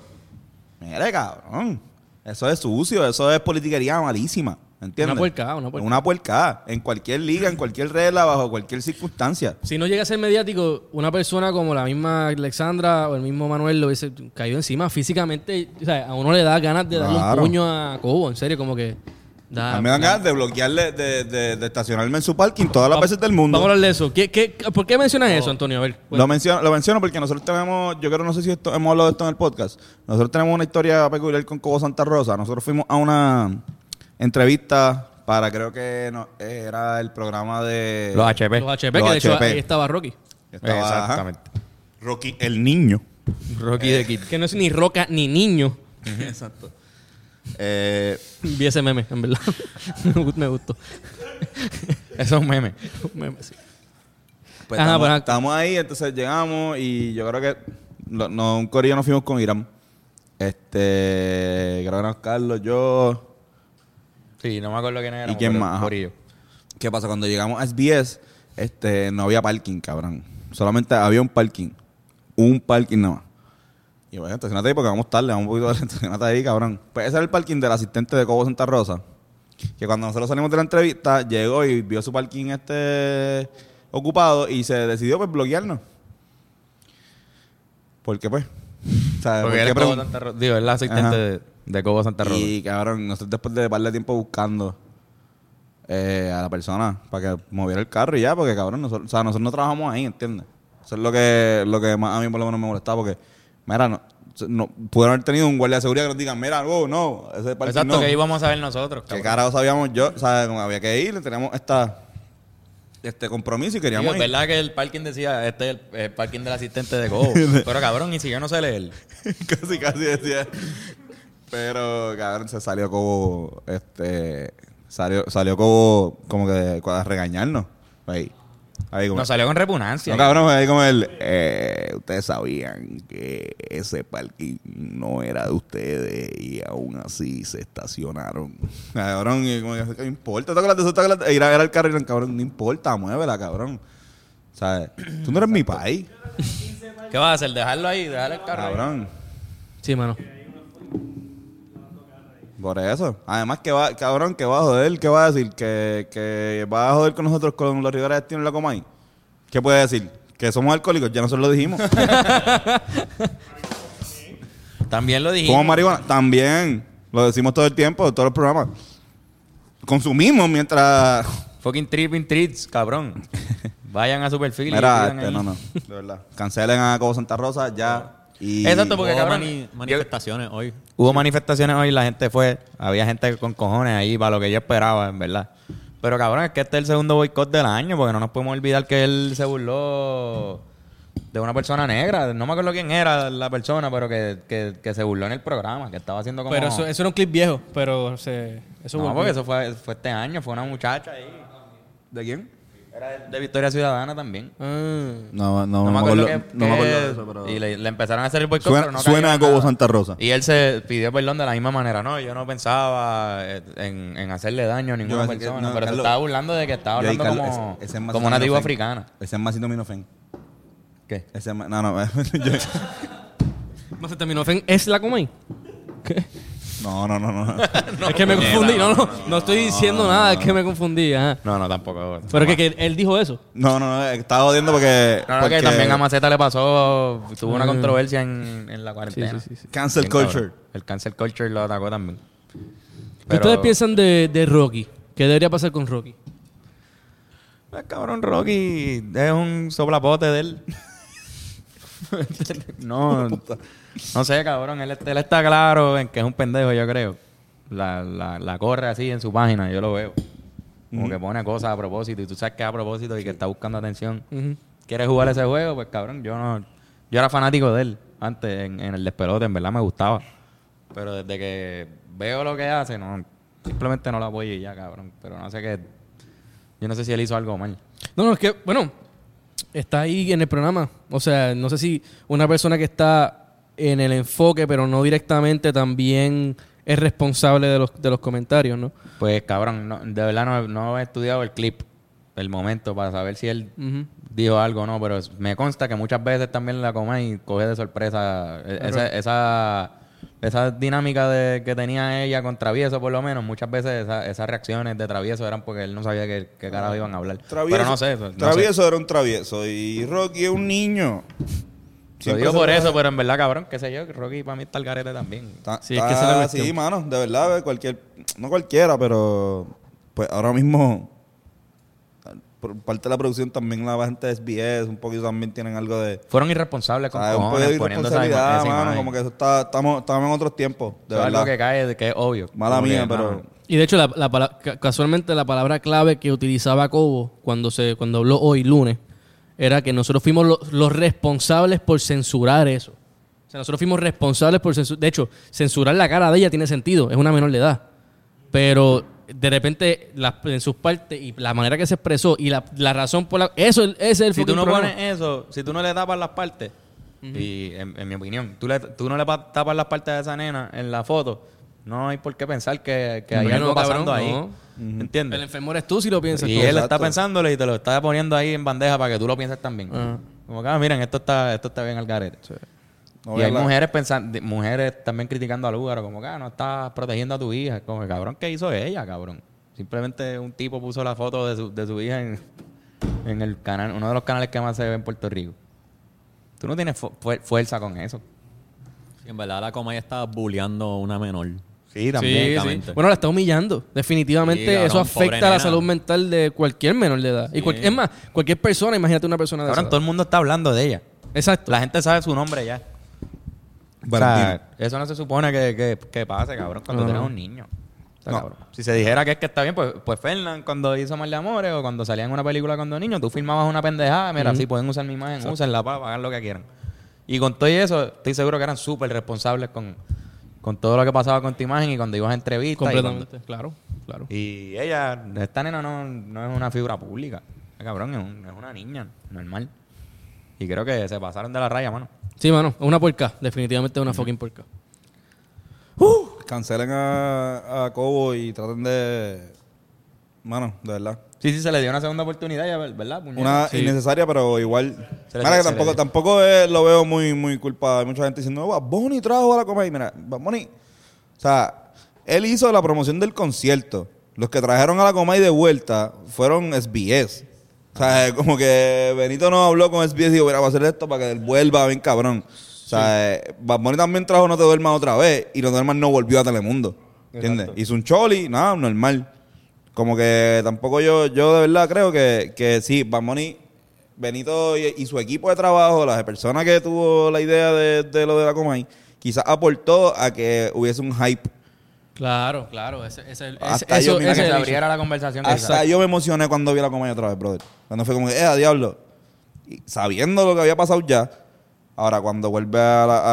S1: Mire, cabrón. Eso es sucio, eso es politiquería malísima. ¿Entiendes?
S2: Una puercada, una puercada.
S1: Una puercada. En cualquier liga, en cualquier regla, bajo cualquier circunstancia.
S2: Si no llega a ser mediático, una persona como la misma Alexandra o el mismo Manuel lo hubiese caído encima físicamente. O sea, a uno le da ganas de darle un
S1: Claro.
S2: puño a Cobo, en serio, como que...
S1: A mí me dan ganas de bloquearle, de estacionarme en su parking todas las veces del mundo.
S2: Vamos a hablar de eso. ¿Por qué mencionas eso, Antonio? A ver.
S1: Lo menciono porque nosotros tenemos, yo creo, no sé si hemos hablado de esto en el podcast. Nosotros tenemos una historia peculiar con Cobo Santa Rosa. Nosotros fuimos a una entrevista para, creo que era el programa de...
S3: Los HP.
S2: Los HP,
S1: Los
S2: que de hecho
S1: HP.
S2: ahí estaba Rocky.
S1: Estaba,
S3: Exactamente.
S1: ajá, Rocky el niño.
S3: Rocky de Kid.
S2: Que no es ni roca ni niño.
S1: Exacto.
S2: Vi ese meme, en verdad. Me gustó.
S3: Eso es un meme.
S2: Meme, sí.
S1: Pues
S2: Ajá, pues,
S1: estamos ahí, entonces llegamos y yo creo que un corillo nos fuimos con Irán. Creo que éramos Carlos, yo...
S3: Sí, no me acuerdo quién era.
S1: ¿Y quién más? Ajá.
S3: Corillo.
S1: ¿Qué pasa? Cuando llegamos a SBS, no había parking, cabrón. Solamente había un parking. Un parking nada más. Y bueno, estacionate ahí porque vamos tarde, vamos un poquito tarde. Estacionate ahí, cabrón. Pues ese era el parking del asistente de Cobo Santa Rosa. Que cuando nosotros salimos de la entrevista, llegó y vio su parking ocupado y se decidió pues bloquearnos. ¿Por qué pues? ¿Sabes?
S3: Porque
S1: ¿Por
S3: él
S1: qué
S3: es Cobo
S1: pregun-
S3: Santa Rosa. Digo, él es el asistente
S1: Ajá.
S3: de Cobo Santa Rosa.
S1: Y cabrón, nosotros después de darle tiempo buscando a la persona para que moviera el carro y ya, porque cabrón, nosotros no trabajamos ahí, ¿entiendes? Eso es lo que más a mí por lo menos me molestaba, porque, mira, no pudieron haber tenido un guardia de seguridad que nos digan, mira, no, ese parking
S3: Exacto,
S1: no.
S3: que íbamos a ver nosotros.
S1: ¿Qué
S3: cabrón.
S1: carajo sabíamos yo? ¿Sabes? Como había que ir, teníamos este compromiso y
S3: Sí,
S1: queríamos
S3: es
S1: ir.
S3: verdad que el parking decía, este es el parking del asistente de Cobo. Pero cabrón, y si yo no sé leer.
S1: casi decía. Pero, cabrón, se salió como, salió como que a regañarnos. Ahí como,
S3: Nos salió con repugnancia.
S1: no, cabrón, ahí como ustedes sabían que ese parking no era de ustedes y aún así se estacionaron. Cabrón, y como que, ¿qué importa? ¿Te acuerdas de eso? ¿Te acuerdas de ir a ver al carro y cabrón, no importa, muévela, cabrón. ¿Sabes? Tú no eres mi país,
S3: ¿Qué vas a hacer? ¿Dejarlo ahí? ¿Dejar el carro ahí?
S1: cabrón.
S2: Sí, mano.
S1: Por eso. Además, cabrón, que va a joder, ¿qué va a decir? Que va a joder con nosotros con los Rivera Destino en la Comay. ¿Qué puede decir? Que somos alcohólicos, ya nosotros lo dijimos.
S3: También lo dijimos.
S1: Como marihuana, también. Lo decimos todo el tiempo, todos los programas. Consumimos mientras...
S3: Fucking tripping treats, cabrón. Vayan a su perfil y
S1: Mira,
S3: escriban ahí.
S1: no, de verdad. Cancelen a Cobo Santa Rosa ya. Y
S3: Exacto, porque
S4: Hubo
S3: cabrón,
S4: manifestaciones hoy.
S3: Hubo manifestaciones hoy, la gente fue, había gente con cojones ahí para lo que yo esperaba, en verdad. Pero cabrón, es que este es el segundo boicot del año, porque no nos podemos olvidar que él se burló de una persona negra. No me acuerdo quién era la persona, pero que se burló en el programa, que estaba haciendo como...
S2: Pero eso era un clip viejo, pero eso
S3: no,
S2: volvió.
S3: porque eso fue este año, fue una muchacha ahí.
S1: ¿De quién?
S3: Era de Victoria Ciudadana también.
S1: No
S3: No me acuerdo
S1: de eso, pero...
S3: Y le empezaron a hacer el boicot,
S1: Suena,
S3: pero no
S1: suena
S3: cayó
S1: a
S3: en
S1: Cobo
S3: nada.
S1: Santa Rosa.
S3: Y él se pidió perdón de la misma manera. No, yo no pensaba en hacerle daño a ninguna
S1: Yo pensé que-
S3: persona.
S1: no,
S3: pero se
S1: Carlos,
S3: estaba burlando de que estaba
S1: Yo ahí,
S3: hablando
S1: Carlos,
S3: como,
S1: ese es más
S3: como una tribu
S1: Acetaminofén.
S3: africana.
S1: Ese es Acetaminofén.
S3: ¿Qué?
S1: Ese es no. yo-
S2: ¿Acetaminofén es la Comay? ¿Qué?
S1: no.
S2: Es que me confundí. No estoy diciendo nada, es que me confundí. Ajá.
S3: No, tampoco.
S2: Pero que él dijo eso.
S1: No, estaba jodiendo porque...
S3: No,
S1: porque
S3: que también a Maceta le pasó, tuvo una controversia en la cuarentena.
S2: Sí.
S1: Cancel
S3: Bien
S1: culture.
S3: cabrón. El cancel culture lo atacó también.
S2: ¿Qué ustedes piensan de Rocky? ¿Qué debería pasar con Rocky?
S3: Cabrón, Rocky es un soplapote de él. No sé, cabrón. Él está claro en que es un pendejo, yo creo. La corre así en su página, yo lo veo. Como que pone cosas a propósito y tú sabes que es a propósito y que está buscando atención.
S2: Ujú.
S3: ¿Quieres jugar ese juego? Pues cabrón, yo era fanático de él antes en el despelote, en verdad me gustaba. Pero desde que veo lo que hace, simplemente no lo apoyo y ya, cabrón. Pero no sé qué. Yo no sé si él hizo algo mal.
S2: No, es que, bueno, está ahí en el programa. O sea, no sé si una persona que está en el enfoque, pero no directamente, también es responsable de los comentarios, ¿no?
S3: Pues cabrón, de verdad no he estudiado el clip, el momento, para saber si él
S2: Ujú.
S3: dijo algo o no. Pero me consta que muchas veces también la Comay coge de sorpresa esa dinámica que tenía ella con Travieso, por lo menos. Muchas veces esas reacciones de Travieso eran porque él no sabía qué carajo iban a hablar. Pero no sé.
S1: Travieso era un travieso y Rocky es un niño.
S3: Lo
S1: Siempre
S3: digo
S1: se
S3: por
S1: puede-
S3: eso, pero en verdad, cabrón, qué sé yo, que Rocky para mí está al garete también.
S2: Sí, es que esa es la cuestión.
S1: Sí, mano, de verdad, no cualquiera, pero pues ahora mismo por parte de la producción también la gente de SBS un poquito también tienen algo de...
S3: Fueron irresponsables con
S1: ¿sabes? Un poco
S3: cojones
S1: de
S3: poniendo
S1: irresponsabilidad,
S3: esa
S1: mano,
S3: imagen.
S1: como que eso estamos en otros tiempos, de
S3: Eso es
S1: verdad.
S3: algo que cae, que es obvio.
S1: Mala
S3: Como
S1: mía,
S3: que,
S1: pero...
S3: mano,
S2: Y de hecho, casualmente la palabra clave que utilizaba Cobo cuando habló hoy, lunes, era que nosotros fuimos los responsables por censurar eso. O sea, nosotros fuimos responsables por censurar. De hecho, censurar la cara de ella tiene sentido, es una menor de edad. Pero de repente, en sus partes y la manera que se expresó y la razón por la... Ese es el
S3: si
S2: fucking
S3: tú no
S2: problema.
S3: pones eso, si tú no le tapas las partes, y en mi opinión, tú no le tapas las partes de esa nena en la foto, no hay por qué pensar que hay
S2: Bueno,
S3: algo
S2: cabrón,
S3: pasando ahí.
S2: no.
S3: ¿Entiendes?
S2: El enfermo eres tú si lo piensas.
S3: Y
S2: como-
S3: él está
S1: Exacto.
S3: pensándolo y te lo está poniendo ahí en bandeja para que tú lo pienses también.
S2: Ajá.
S3: Como que, miren, esto está bien al garete.
S1: No
S3: y
S1: voy a
S3: hay
S1: hablar-
S3: mujeres también criticando al Lugaro, como que no estás protegiendo a tu hija. Como que, cabrón, ¿qué hizo ella, cabrón? Simplemente un tipo puso la foto de su hija en el canal, uno de los canales que más se ve en Puerto Rico. Tú no tienes fuerza con eso.
S4: Sí, en verdad la Comay está bulleando a una menor.
S3: Sí,
S2: Sí, sí.
S4: Básicamente.
S2: Bueno, la está humillando. Definitivamente
S4: Sí, cabrón,
S2: eso
S4: pobre
S2: afecta a la
S4: nena.
S2: salud mental de cualquier menor de edad. Y
S4: Sí.
S2: es más, cualquier persona, imagínate una persona de
S3: Cabrón,
S2: esa
S3: todo
S2: edad.
S3: el mundo está hablando de ella.
S2: Exacto.
S3: La gente sabe su nombre ya. O sea, eso no se supone que pase, cabrón, cuando
S2: No,
S3: tienes
S2: no.
S3: un niño. Está
S1: No.
S3: cabrón. Si se dijera que es que está bien, pues Fernan, cuando hizo Mal de Amores o cuando salía en una película con dos niños, tú filmabas una pendejada, mira, si pueden usar mi imagen, úsenla para hagan lo que quieran. Y con todo eso, estoy seguro que eran súper responsables con todo lo que pasaba con tu imagen y cuando ibas a entrevistas.
S2: Completamente. Claro.
S3: Y ella, esta nena no es una figura pública. Cabrón, es una niña normal. Y creo que se pasaron de la raya, mano.
S2: Sí, mano. Es una puerca. Definitivamente es una fucking puerca.
S1: Cancelen a Cobo y traten de... Mano, de verdad.
S3: Sí, se le dio una segunda oportunidad ya, ¿verdad? puñeta?
S1: Una
S3: Sí.
S1: innecesaria, pero igual.
S3: Se le-
S1: Mira, que
S3: se le dio.
S1: tampoco lo veo muy culpable. Hay mucha gente diciendo, Bad Bunny trajo a la Comay. Mira, Bad Bunny, o sea, él hizo la promoción del concierto. Los que trajeron a la Comay de vuelta fueron SBS. O sea, como que Benito no habló con SBS y dijo, mira, voy a hacer esto para que él vuelva bien cabrón. O sea, Bad Bunny también trajo No Te Duermas Otra Vez y No Te Duermas no volvió a Telemundo. ¿Entiendes? Hizo un choli, nada, normal. Como que tampoco yo de verdad creo que sí, Bad Bunny, Benito y su equipo de trabajo, las personas que tuvo la idea de lo de la Comay, quizás aportó a que hubiese un hype.
S2: Claro.
S1: Hasta yo mismo
S3: Para que se
S2: el
S3: abriera la conversación.
S1: Hasta yo me emocioné cuando vi la Comay otra vez, brother. Cuando fue como que, a diablo. Y sabiendo lo que había pasado ya, ahora cuando vuelve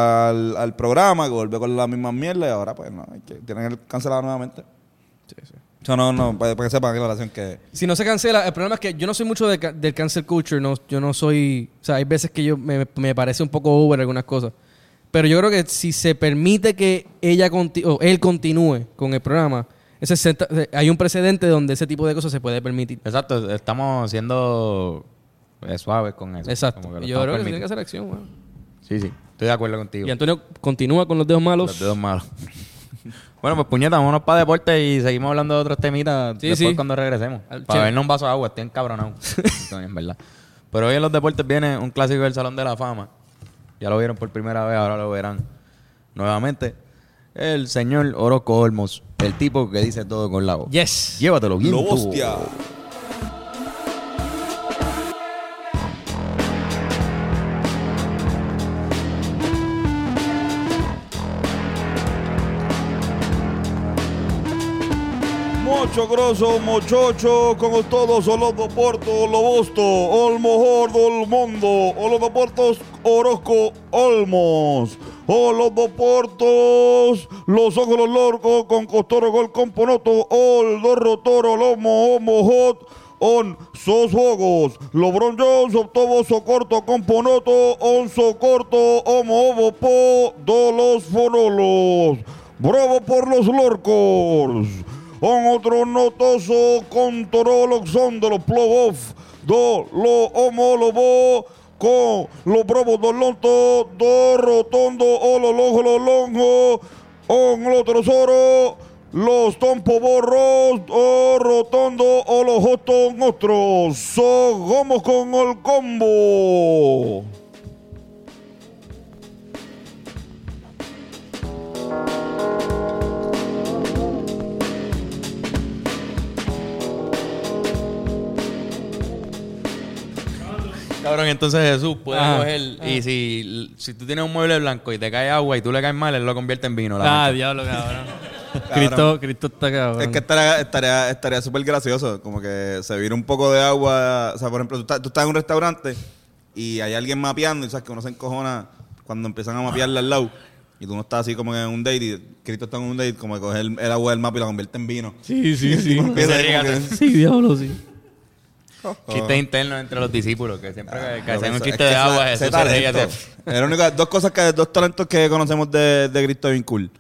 S1: al programa, que vuelve con las mismas mierdas, ahora pues no, tienen que cancelar nuevamente. Yo no, para que sepan que la relación que...
S2: Si no se cancela, el problema es que yo no soy mucho del cancel culture. Yo no soy... O sea, hay veces que me parece un poco over algunas cosas. Pero yo creo que si se permite que él continúe con el programa, hay un precedente donde ese tipo de cosas se puede permitir.
S3: Exacto, estamos siendo suaves con eso.
S2: Exacto.
S3: Como que lo
S2: Yo creo
S3: estamos
S2: que tiene que
S3: permitiendo.
S2: hacer acción, weón.
S3: Sí, estoy de acuerdo contigo.
S2: Y Antonio continúa con los dedos malos.
S3: Los dedos malos. Bueno, pues puñeta, vámonos para deporte y seguimos hablando de otros temitas
S2: Sí,
S3: después
S2: sí.
S3: cuando regresemos.
S2: Al
S3: Para
S2: che.
S3: vernos un vaso de agua, estoy encabronado. En verdad. Pero hoy en los deportes viene un clásico del Salón de la Fama. Ya lo vieron por primera vez, ahora lo verán nuevamente. El señor Orozco Olmos, el tipo que dice todo con la voz.
S2: Yes.
S3: Llévatelo bien.
S1: ¡Lo
S3: tú.
S1: hostia! Mucho grosso, muchacho, con todos los deportes, lo gusto, el mejor del mundo, o los deportes Orozco Olmos, o los deportes, los ojos los lorcos, con costoro, gol, componoto, o el dorrotoro, lomo, hot, on sos juegos, LeBron James, octavo, socorto, componoto, on socorto, homo, ovo, po, de los forolos, bravo por los lorcos. Con otro notoso control son de los playoffs de los homólogos con los bravos del lonto do rotondo o los longo con los tesoros los tompoborros o rotondo o los hostos nuestros vamos con el combo.
S3: Cabrón, entonces Jesús puede
S2: Ajá.
S3: coger y si tú tienes un mueble blanco y te cae agua y tú le caes mal, él lo convierte en vino. La mancha.
S2: Diablo, cabrón. Cristo está cabrón.
S1: Es que estaría súper gracioso, como que se vira un poco de agua. O sea, por ejemplo, tú estás en un restaurante y hay alguien mapeando y sabes que uno se encojona cuando empiezan a mapearle al lado. Y tú no estás así como en un date y Cristo está en un date, como que coge el agua del mapa y la convierte en vino.
S2: Sí, sí, sí.
S1: Empieza ahí como
S3: Rígate.
S1: que-
S2: Sí, diablo, sí.
S3: Chistes internos entre los discípulos, que siempre que hacen un
S1: Es
S3: chiste
S1: que
S3: de
S1: ese-
S3: agua,
S1: ese
S3: Jesús se reía.
S1: talento. Es la única- dos talentos que conocemos de Cristo bien cool.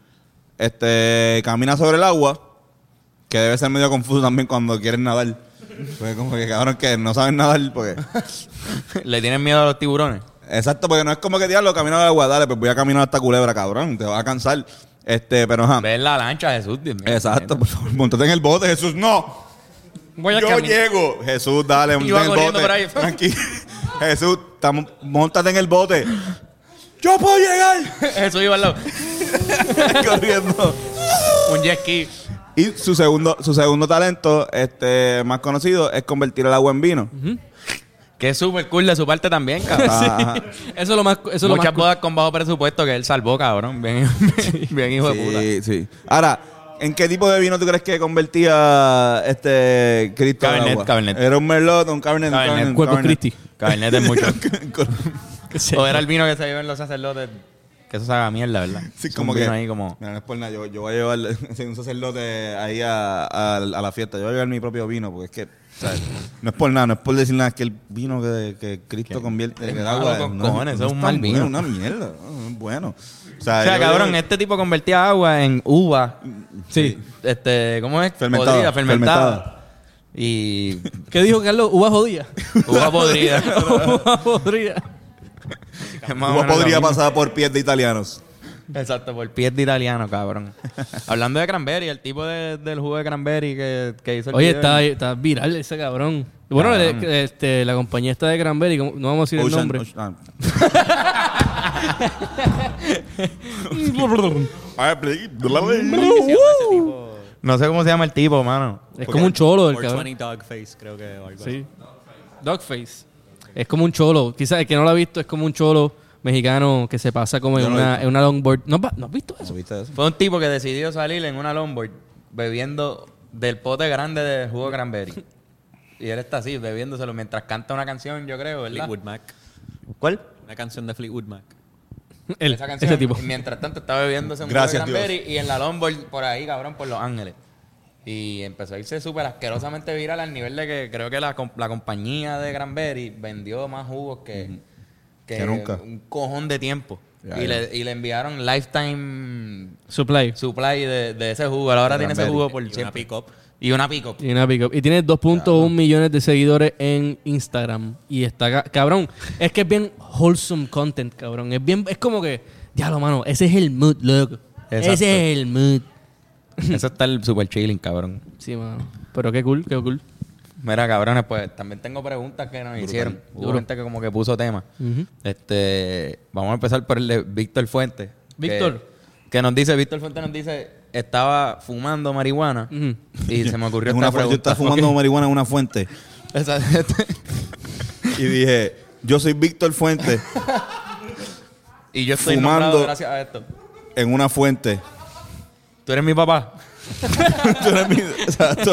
S1: Camina sobre el agua, que debe ser medio confuso también cuando quieren nadar. Porque como que cabrón que no saben nadar porque...
S3: Le tienen miedo a los tiburones.
S1: Exacto, porque no es como que diablo, camina sobre el agua, dale, pues voy a caminar hasta Culebra, cabrón, te vas a cansar. Pero ajá.
S3: Ves la lancha, Jesús. Dios mío.
S1: Exacto, por favor, montate en el bote, Jesús, no.
S2: Voy a
S1: Yo
S2: caminar.
S1: llego. Jesús, dale,
S3: Iba
S1: montate en el
S3: corriendo
S1: bote.
S3: por ahí.
S1: Tranquilo. Jesús, montate en el bote. ¡Yo puedo llegar!
S3: Jesús iba al lado.
S1: Corriendo.
S3: Un jet ski.
S1: Y su segundo talento, más conocido, es convertir el agua en vino.
S3: Que es súper cool de su parte también, cabrón.
S1: Ajá.
S2: Eso es lo más... Eso es lo
S3: Muchas
S2: más
S3: bodas con bajo presupuesto que él salvó, cabrón. Bien, bien hijo de puta.
S1: Sí, sí. Ahora, ¿en qué tipo de vino tú crees que convertía Cristo al
S3: Cabernet,
S1: agua?
S3: Cabernet.
S1: Era un Merlot, un Cabernet,
S3: Cabernet.
S1: un Cabernet.
S2: Corpus
S1: Cabernet.
S2: Christi.
S3: Cabernet es mucho.
S2: Sí.
S3: O era el vino que se llevan los sacerdotes. Que eso se haga mierda, ¿verdad?
S1: Sí,
S3: Es
S1: como
S3: un
S1: que...
S3: vino ahí como...
S1: Mira, no es por nada. Yo voy a llevar un sacerdote ahí a la fiesta. Yo voy a llevar mi propio vino porque es que... ¿sabes? No es por nada. No es por decir nada. Es que el vino que Cristo convierte en el
S3: malo
S1: agua...
S3: con
S1: no
S3: cojones,
S1: no
S3: eso es un
S1: tan
S3: mal vino.
S1: bueno, una mierda. No es bueno.
S3: O sea,
S1: yo
S3: cabrón,
S1: llevo-
S3: este tipo convertía agua en uva.
S2: Sí.
S3: ¿Cómo es?
S1: Fermentada,
S3: Podrida, fermentada. Y
S2: ¿Qué dijo Carlos? Uva jodida.
S3: uva podrida.
S2: Uva podrida.
S3: Es más o
S1: ¿Cómo
S3: menos
S1: podría
S3: lo mismo.
S1: pasar por pies de italianos?
S3: Exacto, por pies de italiano, cabrón. Hablando de cranberry, el tipo del jugo de cranberry que hizo el
S2: Oye,
S3: video.
S2: está viral ese cabrón. Bueno,
S3: Cabrón.
S2: la compañía está de Cranberry, no vamos a decir el nombre.
S3: No sé cómo se llama el tipo, mano.
S2: Es como un cholo el
S4: 420
S2: cabrón.
S4: Dogface, creo que o algo
S2: Sí. Dogface. Es como un cholo. Quizás el que no lo ha visto es como un cholo mexicano que se pasa como
S1: Yo
S2: en
S1: no lo he
S2: una,
S1: visto.
S2: en una longboard. ¿No has visto eso?
S1: ¿Viste eso?
S3: Fue un tipo que decidió salir en una longboard bebiendo del pote grande de jugo de cranberry. Y él está así, bebiéndoselo mientras canta una canción, yo creo, ¿verdad?
S4: Fleetwood Mac.
S3: ¿Cuál?
S4: Una canción de Fleetwood Mac.
S3: Esa canción.
S2: Ese tipo.
S3: Y mientras tanto estaba bebiéndose un
S1: Gracias,
S3: jugo de cranberry y en la longboard por ahí, cabrón, por Los Ángeles. Y empezó a irse súper asquerosamente viral al nivel de que creo que la compañía de Granberry vendió más jugos que
S1: nunca.
S3: un cojón de tiempo.
S1: Ya,
S3: y
S1: ya.
S3: le enviaron lifetime
S2: Supply.
S3: supply de ese jugo. Ahora tiene ese jugo por siempre.
S4: Una pick-up.
S3: Y una pick-up.
S2: Y una pick-up. Y tiene 2.1 millones de seguidores en Instagram. Y está cabrón. Es que es bien wholesome content, cabrón. Es como que, diablo, mano, ese es el mood, loco.
S3: Exacto.
S2: Ese es el mood.
S3: Eso está el super chilling, cabrón.
S2: Sí, mano. Pero qué cool, qué cool.
S3: Mira, cabrones, pues también tengo preguntas que nos hicieron. Hubo gente que como que puso tema.
S2: Ujú.
S3: Vamos a empezar por el de Víctor Fuentes.
S2: Víctor.
S3: Que nos dice, Víctor Fuentes nos dice, estaba fumando marihuana
S2: Ujú.
S3: y se me ocurrió
S1: En una
S3: esta
S1: fuente, yo
S3: pregunta.
S1: estaba fumando marihuana en una fuente.
S3: Exacto.
S1: Y dije, yo soy Víctor Fuentes
S3: Y yo estoy
S1: Fumando.
S3: nombrado gracias a esto.
S1: en una fuente.
S3: ¿Tú eres mi papá?
S1: Tú eres mi- Exacto.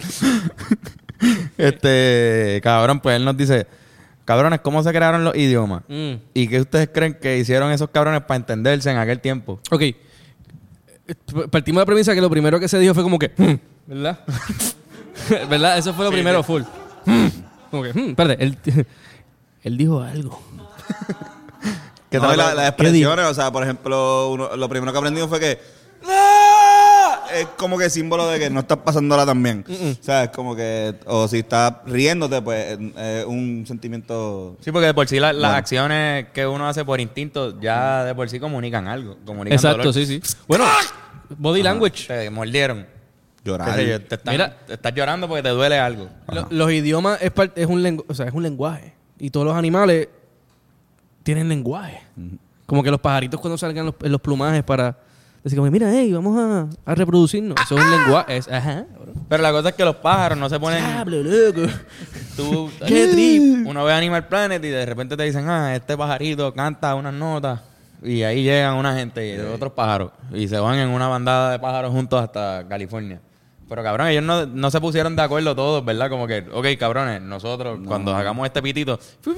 S3: Cabrón, pues él nos dice, cabrones, ¿cómo se crearon los idiomas?
S2: Mm.
S3: ¿Y qué ustedes creen que hicieron esos cabrones para entenderse en aquel tiempo?
S2: Ok. Partimos de la premisa que lo primero que se dijo fue como que, ¿verdad? ¿Verdad? Eso fue lo primero, full. Como que, espérate, él dijo algo.
S3: ¿Qué
S1: No,
S3: tal?
S1: las expresiones, o sea, por ejemplo, lo primero que aprendimos fue que ¡ah! Es como que símbolo de que no estás pasándola tan bien. O sea, es como que, o si estás riéndote, pues es un sentimiento.
S3: Sí, porque de por sí las
S1: Bueno.
S3: acciones que uno hace por instinto ya de por sí comunican algo. Comunican
S2: Exacto,
S3: dolor.
S2: sí, sí. Bueno, body language.
S3: Te mordieron.
S1: Llorar.
S3: Qué sé yo, te estás llorando porque te duele algo.
S2: Los idiomas es un o sea, es un lenguaje. Y todos los animales tienen lenguaje. Como que los pajaritos cuando salgan en los plumajes para decir como, mira, hey, vamos a reproducirnos. Eso es un lenguaje. Ajá.
S3: Pero la cosa es que los pájaros no se ponen...
S2: Diablo, loco.
S3: Tú,
S2: ¡Qué trip!
S3: Uno ve Animal Planet y de repente te dicen, este pajarito canta unas notas. Y ahí llegan una gente y otros pájaros. Y se van en una bandada de pájaros juntos hasta California. Pero cabrón, ellos no se pusieron de acuerdo todos, ¿verdad? Como que, ok, cabrones, nosotros cuando hagamos este pitito,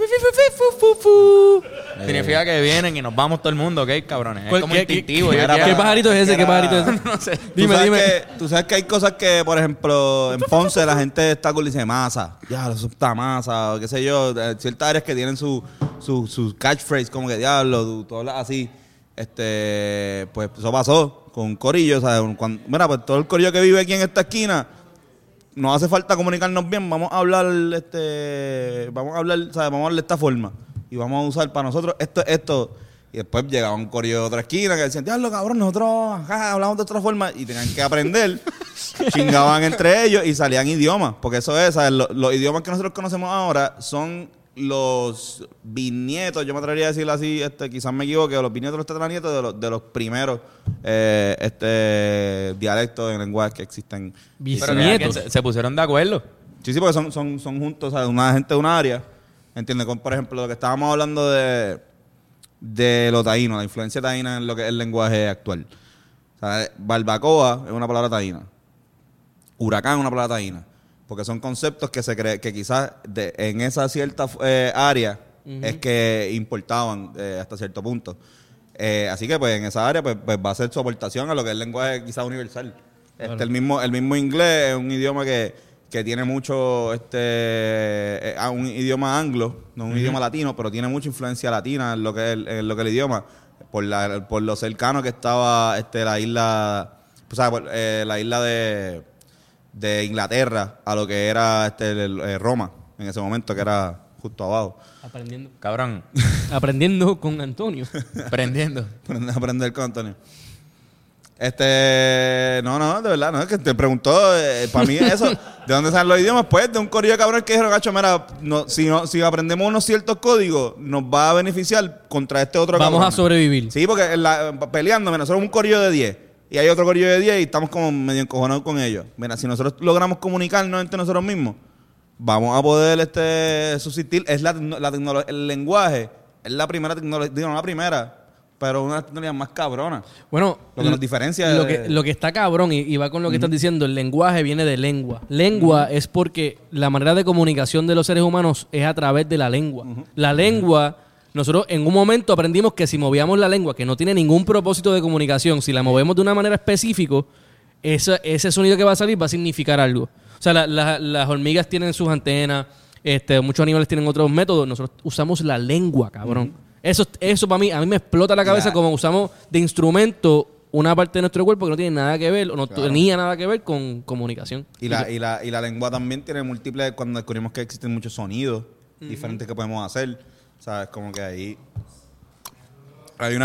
S3: significa que vienen y nos vamos todo el mundo, ok, cabrones. Es como instintivo.
S2: ¿Qué pajarito es ese? ¿Qué pajarito es ese?
S3: No sé.
S2: Dime.
S1: Tú sabes que hay cosas que, por ejemplo, en Ponce la gente está cool y dice masa. Ya, eso está masa, o qué sé yo. Ciertas áreas que tienen su catchphrase, como que diablo, tú hablas así. Pues eso pasó con un corillo, ¿sabes? Mira, pues todo el corillo que vive aquí en esta esquina, no hace falta comunicarnos bien, vamos a hablar, ¿sabes? Vamos a hablar de esta forma. Y vamos a usar para nosotros esto. Y después llegaba un corillo de otra esquina que decían, diablo, cabrón, nosotros acá hablamos de otra forma. Y tenían que aprender, chingaban entre ellos y salían idiomas. Porque eso es, ¿sabes? Los idiomas que nosotros conocemos ahora son los bisnietos, yo me atrevería a decirlo así, quizás me equivoque, los bisnietos, los tataranietos de los primeros dialectos en lenguaje que existen.
S3: Pero que se pusieron de acuerdo.
S1: Sí, porque son juntos, ¿sabes? Una gente de un área, ¿entiendes? Por ejemplo, lo que estábamos hablando de lo taíno, la influencia taína en lo que es el lenguaje actual. O sea, barbacoa es una palabra taína. Huracán es una palabra taína. Porque son conceptos que se cree que quizás en esa cierta área es que importaban hasta cierto punto. Así que pues en esa área pues va a ser su aportación a lo que es el lenguaje quizás universal.
S2: Claro.
S1: El mismo inglés es un idioma que tiene mucho un idioma anglo, no un idioma latino, pero tiene mucha influencia latina en lo que es el idioma por lo cercano que estaba la isla, o sea, la isla de Inglaterra a lo que era Roma en ese momento, que era justo abajo.
S2: Aprendiendo.
S3: Cabrón.
S2: Aprendiendo con Antonio.
S3: Aprendiendo.
S1: Aprender con Antonio. No, de verdad, no, es que te preguntó, para mí eso, ¿de dónde salen los idiomas? Pues de un corillo de cabrón que dijeron, gacho, mira, si aprendemos unos ciertos códigos, nos va a beneficiar contra este otro
S2: Vamos
S1: cabrón.
S2: a sobrevivir.
S1: Sí, porque peleando, mira, nosotros somos un corillo de 10 y hay otro corillo de 10 y estamos como medio encojonados con ellos. Mira, si nosotros logramos comunicarnos entre nosotros mismos, vamos a poder subsistir. Es la tecnología, el lenguaje es la primera tecnología, digo, no la primera, pero una de las tecnologías más cabronas.
S2: Bueno,
S1: Lo que nos diferencia
S2: lo que está cabrón y va con lo que estás diciendo, el lenguaje viene de lengua. Lengua es porque la manera de comunicación de los seres humanos es a través de la lengua. La lengua, nosotros en un momento aprendimos que si movíamos la lengua, que no tiene ningún propósito de comunicación, si la movemos de una manera específica, ese sonido que va a salir va a significar algo. O sea, las hormigas tienen sus antenas, muchos animales tienen otros métodos. Nosotros usamos la lengua, cabrón. Eso para mí, a mí me explota la cabeza como usamos de instrumento una parte de nuestro cuerpo que no tiene nada que ver o no tenía nada que ver con comunicación.
S1: Y la lengua también tiene múltiples, cuando descubrimos que existen muchos sonidos diferentes que podemos hacer, ¿sabes? Como que ahí hay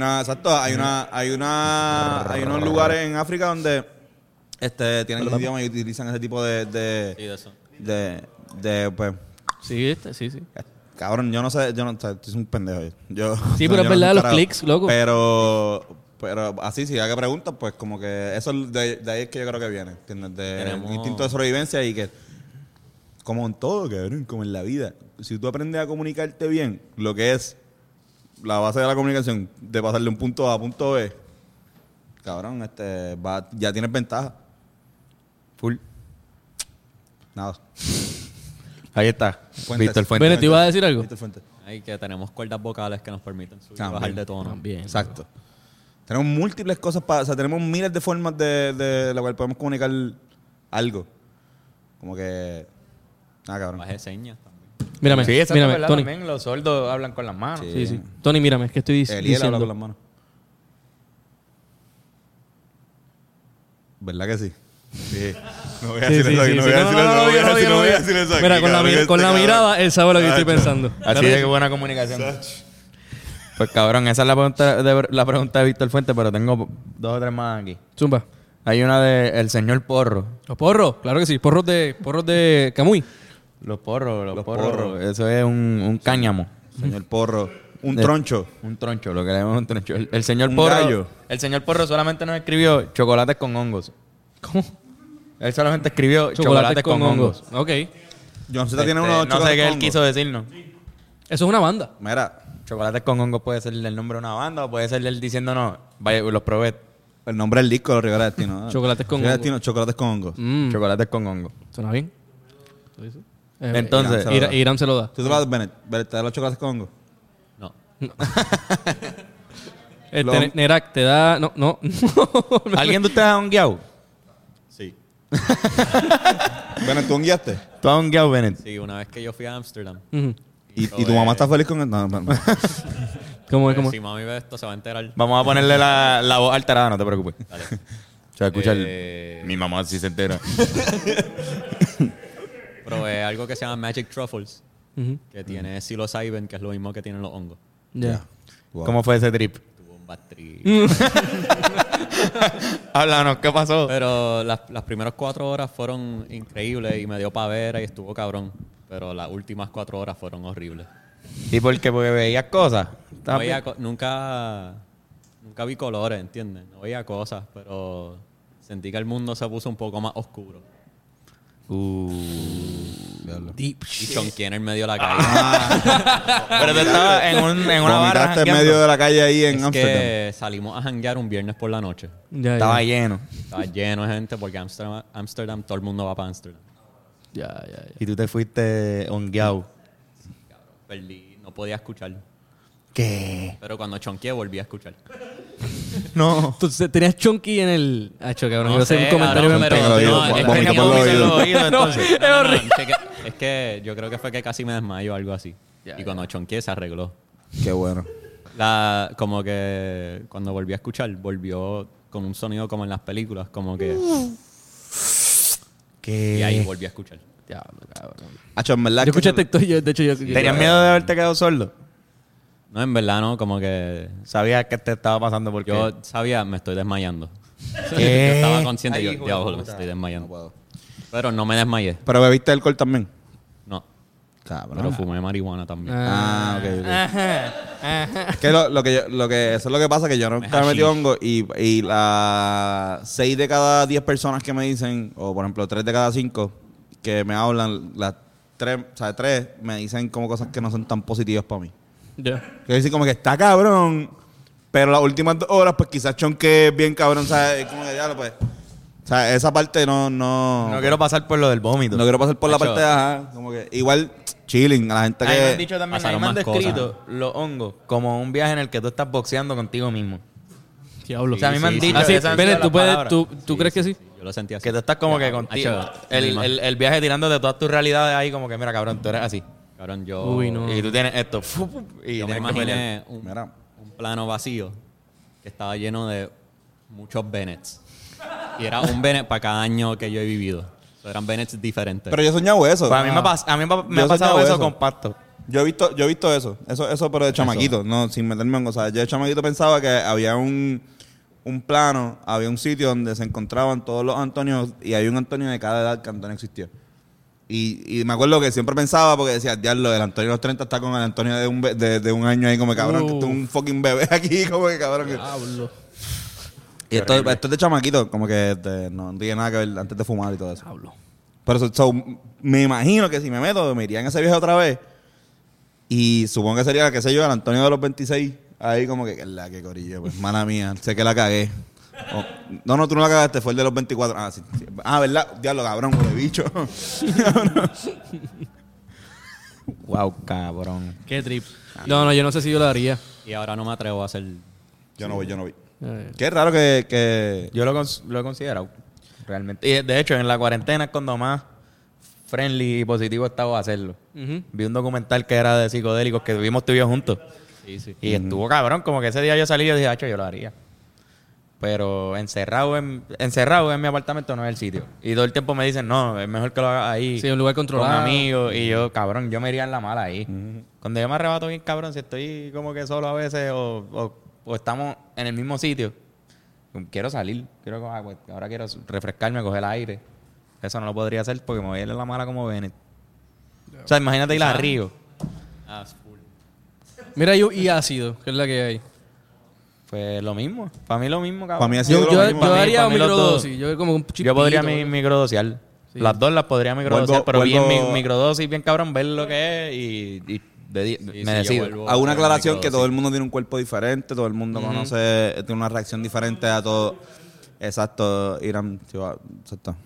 S1: unos lugares en África donde tienen un idioma y utilizan ese tipo de pues
S2: Sí.
S1: cabrón, yo no sé, estoy un pendejo yo.
S2: Sí, pero es verdad, los clics, loco.
S1: Pero así, si hay que preguntas, pues como que eso de ahí es que yo creo que viene, ¿entiendes? Un instinto de sobrevivencia y que, como en todo, cabrón, como en la vida, si tú aprendes a comunicarte bien, lo que es la base de la comunicación, de pasar de un punto A a punto B, cabrón, ya tienes ventaja. Full. Nada.
S3: Ahí está.
S1: Fuentes.
S3: Víctor Fuentes.
S2: Bennett, ¿te ibas a decir algo?
S1: Víctor Fuentes.
S4: Ahí que tenemos cuerdas vocales que nos permiten subir y
S1: También.
S4: bajar de tono.
S2: También.
S1: Exacto. Tenemos múltiples cosas o sea, tenemos miles de formas de la cual podemos comunicar algo. Como que... cabrón.
S4: Baje señas también.
S2: Mírame,
S3: Sí, eso es
S2: mírame,
S3: verdad
S2: Tony.
S3: también. Los sordos hablan con las manos.
S2: Sí. Tony, mírame, es que estoy
S1: Eliel habla con
S2: diciendo.
S1: las manos. ¿Verdad que sí? Sí. No voy a decir eso aquí, no voy a decir eso aquí.
S2: Mira, con la mirada, él sabe lo que estoy
S1: Hacho.
S2: pensando.
S3: Así de buena comunicación. Pues cabrón, esa es la pregunta de Víctor Fuentes, pero tengo 2 o 3 más aquí.
S2: Zumba.
S3: Hay una de El Señor Porro.
S2: Los porros, claro que sí. Porros de Camuy.
S3: Los porros.
S1: Los porros.
S3: Eso es un cáñamo.
S1: Señor Porro. Un troncho.
S3: Un troncho, lo que le llamamos un troncho. El señor
S1: Un
S3: Porro.
S1: gallo.
S3: El señor Porro solamente nos escribió chocolates con hongos.
S2: ¿Cómo?
S3: Él solamente escribió chocolates con hongos.
S2: Ok.
S1: John Z tiene unos
S3: No sé qué él
S1: chocolates
S3: quiso decirnos.
S2: Eso es una banda.
S1: Mira,
S3: Chocolates con hongos puede ser el nombre de una banda o puede ser él diciéndonos, vaya, los probé.
S1: el nombre del disco de los Rivera Destino.
S2: Chocolates con
S1: Rivera
S2: hongo.
S1: Destino, chocolates con hongos.
S3: Chocolates con hongos.
S2: ¿Suena bien?
S3: Entonces,
S2: Irán se lo da.
S1: ¿Tú te lo das, Bennett? ¿Bennett te da los chocolates con hongos?
S4: No.
S2: Nerak, te da... No.
S3: ¿alguien de ustedes ha hongueado?
S4: Sí.
S1: Bennett, ¿tú hongueaste?
S3: ¿Tú has hongueado, Bennett?
S4: Sí, una vez que yo fui a Ámsterdam.
S2: Ujú.
S1: ¿Y tu mamá está feliz con él? No.
S2: ¿Cómo es?
S4: Si mami ve esto, se va a enterar.
S3: Vamos a ponerle la voz alterada, no te preocupes.
S4: Dale.
S3: Se va a escuchar.
S4: Mi
S3: mamá sí se entera.
S4: Probé algo que se llama Magic Truffles,
S2: Ujú.
S4: que tiene psilocybin, que es lo mismo que tienen los hongos.
S2: Ya.
S1: Wow.
S3: ¿Cómo fue ese trip?
S4: Tuvo un bad trip.
S3: Háblanos, ¿qué pasó?
S4: Pero las primeras 4 horas fueron increíbles y me dio pavera y estuvo cabrón. Pero las últimas 4 horas fueron horribles.
S3: ¿Y por qué? Porque veías cosas.
S4: No veía nunca vi colores, ¿entiendes? No veía cosas, pero sentí que el mundo se puso un poco más oscuro.
S2: Deep
S4: Y chonqué en el medio de la calle.
S3: Pero tú estabas en una barra
S1: Vomitaste en
S3: jangueando.
S1: medio de la calle ahí en
S4: Es
S1: Ámsterdam.
S4: que salimos a janguear un viernes por la noche.
S2: Ya,
S3: Estaba
S2: ya.
S3: lleno.
S4: Estaba lleno de gente porque Ámsterdam, todo el mundo va para Ámsterdam.
S2: Ya.
S3: Y tú te fuiste hongueado.
S4: Perdí, no podía escuchar.
S3: ¿Qué?
S4: Pero cuando chonqué volví a escuchar.
S3: No.
S2: Entonces, tenías chunky en el... Hacho, cabrón.
S4: No
S2: iba a hacer
S4: sé,
S2: un comentario
S4: cabrón,
S2: bien
S4: pero
S1: pegado.
S2: pendejo.
S1: Vomita
S4: no, es
S1: por
S4: que
S1: los
S4: tenía
S1: oídos.
S4: en los oídos, entonces.
S2: Es horrible.
S4: Es que yo creo que fue que casi me desmayo o algo así. Y cuando chonqué se arregló.
S1: Qué bueno.
S4: Como que cuando volví a escuchar, volvió con un sonido como en las películas, como que... Y ahí volví a escuchar.
S2: Diablo, cabrón.
S1: Hacho, en verdad
S2: Yo
S1: que
S2: escuché texto y de hecho yo...
S3: ¿Tenías miedo de haberte quedado sordo?
S4: No, en verdad no, como que...
S3: Sabías que te estaba pasando porque...
S4: Yo sabía, me estoy desmayando. Yo
S3: ¿Qué?
S4: estaba consciente,
S3: Ay,
S4: yo,
S3: hijo de
S4: diablo, me
S3: puta.
S4: estoy
S1: No
S4: desmayando.
S1: puedo.
S4: Pero no me desmayé.
S1: Pero bebiste alcohol también.
S4: No,
S1: Cabrón.
S4: pero fumé marihuana también.
S1: Ah, ok. Es que eso es lo que pasa, que yo nunca me metí hongo y las 6 de cada 10 personas que me dicen, o por ejemplo 3 de cada 5 que me hablan, las 3 me dicen como cosas que no son tan positivas para mí.
S2: Ya.
S1: Que decir como que está cabrón, pero las últimas 2 horas pues quizás chonque bien cabrón, ¿sabes? Como que ya pues... O sea, esa parte no
S3: quiero pasar por lo del vómito.
S1: no quiero pasar por la
S4: Macho.
S1: parte de ajá, como que igual chilling a la gente
S3: A mí me han
S1: que...
S3: dicho también, a mí
S4: pasaron
S3: me han
S4: más
S3: descrito los hongos como un viaje en el que tú estás boxeando contigo mismo.
S2: Diablo.
S3: O sea, a mí me han dicho
S2: Así,
S3: que esas han
S2: Bennett,
S3: sido
S2: ¿tú,
S3: las
S2: puedes,
S3: palabras.
S2: tú crees que sí?
S4: Yo lo sentí así.
S3: Que tú estás como que contigo.
S4: Hacho,
S3: El viaje tirándote todas tus realidades ahí, como que mira, cabrón, tú eres así.
S4: Cabrón, yo...
S2: Uy, no.
S3: Y tú tienes esto. Y
S4: Yo me
S3: tienes que pelear.
S4: imaginé un plano vacío que estaba lleno de muchos Bennets. Y era un Bennett para cada año que yo he vivido. O sea, eran Bennets diferentes.
S1: Pero yo he soñado eso.
S3: Pues a mí me ha
S1: Yo he
S3: pasado
S1: soñado
S3: eso
S1: eso.
S3: con Pasto.
S1: Yo he visto eso, pero de chamaquito, no, sin meterme en cosas. Yo de chamaquito pensaba que había un plano, había un sitio donde se encontraban todos los Antonios y hay un Antonio de cada edad que Antonio existió. Y me acuerdo que siempre pensaba, porque decía, diablo, el Antonio de los 30 está con el Antonio de un año ahí, como que, cabrón, que tú un fucking bebé aquí, como que cabrón.
S2: Diablo.
S1: Y esto es de chamaquito, como que no tiene nada que ver antes de fumar y todo eso.
S2: Diablo.
S1: Pero me imagino que si me meto, me iría en ese viaje otra vez. Y supongo que sería, qué sé yo, el Antonio de los 26. Ahí como que la que corillo, pues, mala mía, sé que la cagué. No, tú no la cagaste, fue el de los 24. Ah, sí. Ah, ¿verdad? Diablo, cabrón, huele bicho.
S3: Wow, cabrón.
S2: Qué trip. No, yo no sé si yo lo haría.
S4: Y ahora no me atrevo a hacer...
S1: Yo no voy. Qué raro que...
S3: Yo lo he considerado, realmente. Y de hecho, en la cuarentena es cuando más friendly y positivo estaba a hacerlo.
S2: Ujú.
S3: Vi un documental que era de psicodélicos que vimos tú y yo juntos.
S4: Sí.
S3: Y estuvo cabrón, como que ese día yo salí y yo dije, yo lo haría. Pero encerrado en mi apartamento no es el sitio. Y todo el tiempo me dicen, no, es mejor que lo hagas ahí.
S2: Sí, un lugar controlado.
S3: Con amigos. Y yo, cabrón, yo me iría en la mala ahí. Cuando yo me arrebato bien, cabrón, si estoy como que solo a veces o estamos en el mismo sitio, quiero salir. Ahora quiero refrescarme, coger el aire. Eso no lo podría hacer porque me voy a ir en la mala como Bennett. O sea, imagínate ir a Río.
S4: Ah, es full.
S2: Mira, y ácido, que es la que hay.
S3: Pues lo mismo. Para mí lo mismo, cabrón.
S1: Para mí ha sido
S2: Yo
S1: lo mismo.
S2: haría
S3: para mí los
S2: microdosis. Yo como un chipito.
S3: Yo podría microdosiar.
S2: Sí.
S3: Las dos las podría microdosiar, pero
S1: Vuelvo-
S3: bien microdosis, bien cabrón, ver lo que es y me decido.
S1: Hago una aclaración que todo el mundo tiene un cuerpo diferente, todo el mundo conoce, tiene una reacción diferente a todo. Exacto, Irán. Sí, exacto.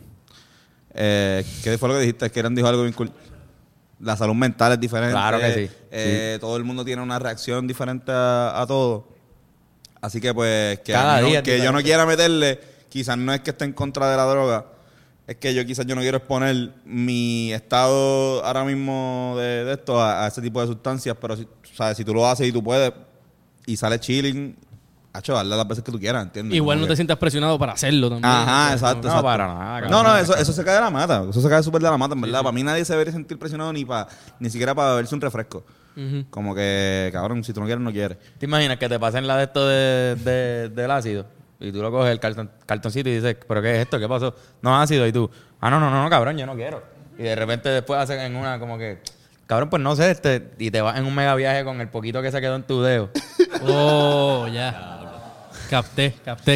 S1: ¿Qué fue lo que dijiste? Es que Irán dijo algo bien cool. La salud mental es diferente.
S3: Claro que sí.
S1: Todo el mundo tiene una reacción diferente a todo. Así que pues que,
S3: Cada
S1: a mí no-
S3: día es
S1: que yo no
S3: diferente.
S1: quiera meterle, quizás no es que esté en contra de la droga, es que yo no quiero exponer mi estado ahora mismo de esto a ese tipo de sustancias, pero si tú lo haces y tú puedes y sales chilling, hacho, darle las veces que tú quieras, ¿entiendes?
S2: Igual
S1: Como
S2: no te
S1: que-
S2: sientas presionado para hacerlo también.
S1: Ajá, exacto.
S3: No,
S1: exacto.
S3: para nada,
S1: No,
S3: cabrón.
S1: eso se cae de la mata. Eso se cae súper de la mata, en verdad. Para mí nadie se debería sentir presionado ni siquiera para beberse un refresco.
S2: Ujú.
S1: Como que, cabrón, si tú no quieres, no quieres.
S3: ¿Te imaginas que te pasen la de esto del ácido? Y tú lo coges el cartoncito y dices, ¿pero qué es esto? ¿Qué pasó? No es ácido. Y tú, no, cabrón, yo no quiero. Y de repente después hacen en una como que, cabrón, pues no sé, y te vas en un mega viaje con el poquito que se quedó en tu dedo.
S2: Oh, ya. Capté.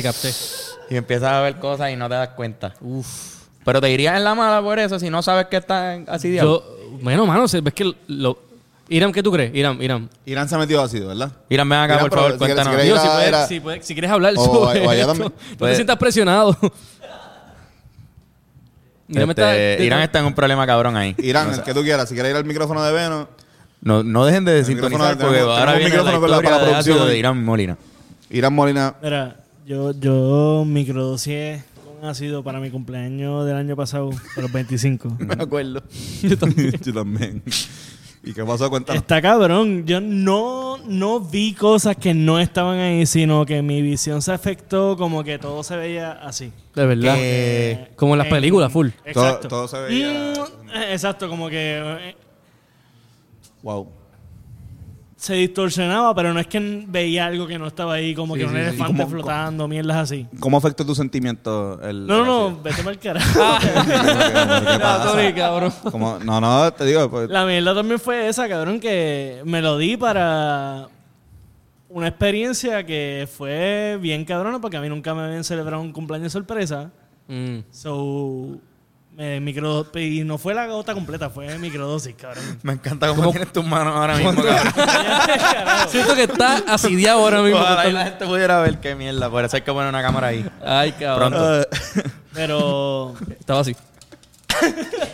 S3: Y empiezas a ver cosas y no te das cuenta. Uf. Pero te irías en la mala por eso si no sabes que estás así
S2: Bueno, mano, ves que Irán, ¿qué tú crees? Irán.
S1: Irán se ha metido ácido, ¿verdad?
S3: Irán, ven acá,
S1: Irán,
S3: por
S1: pero
S3: favor,
S1: si quieres-
S3: cuéntanos.
S1: si
S2: Digo,
S1: quieres-
S2: si quieres hablar
S1: O
S2: sobre
S1: allá
S2: esto,
S1: también.
S2: no te sientas presionado. Irán
S3: Irán está en un problema cabrón ahí.
S1: Irán, el que tú quieras. Si quieres ir al micrófono de Veno,
S3: No dejen de
S1: El
S3: sintonizar
S1: micrófono,
S3: porque
S1: tenemos
S3: ahora
S1: un
S3: viene la
S1: micrófono con la-
S3: historia
S1: para la
S3: de ácido
S1: producción.
S3: de Irán Molina.
S1: Irán Molina.
S7: Mira, yo microdosié con ácido para mi cumpleaños del año pasado, a los 25.
S3: Me acuerdo.
S1: Yo también. ¿Y qué pasó? Cuéntanos.
S7: Está cabrón. Yo no vi cosas que no estaban ahí, sino que mi visión se afectó, como que todo se veía así.
S2: De verdad. Como en las películas, full.
S7: Exacto.
S1: Todo se veía.
S7: Exacto, como que
S1: Wow.
S7: se distorsionaba, pero no es que veía algo que no estaba ahí, como que un elefante
S1: ¿Cómo-
S7: flotando, mierdas así.
S1: ¿Cómo afectó tu sentimiento?
S7: No, vete para el carajo.
S1: ¿Qué pasa?
S2: Sorry, cabrón.
S1: No, te digo. Pues,
S7: La mierda también fue esa, cabrón, que me lo di para una experiencia que fue bien cabrona, porque a mí nunca me habían celebrado un cumpleaños sorpresa. So, y no fue la gota completa, fue microdosis, cabrón.
S3: Me encanta cómo tienes tus manos ahora mismo, cabrón.
S2: Siento que está asidiado ahora mismo.
S3: Ojalá y la gente pudiera ver qué mierda. Por eso hay que poner una cámara ahí.
S2: Ay, cabrón.
S3: Pronto.
S7: Pero
S2: Estaba así.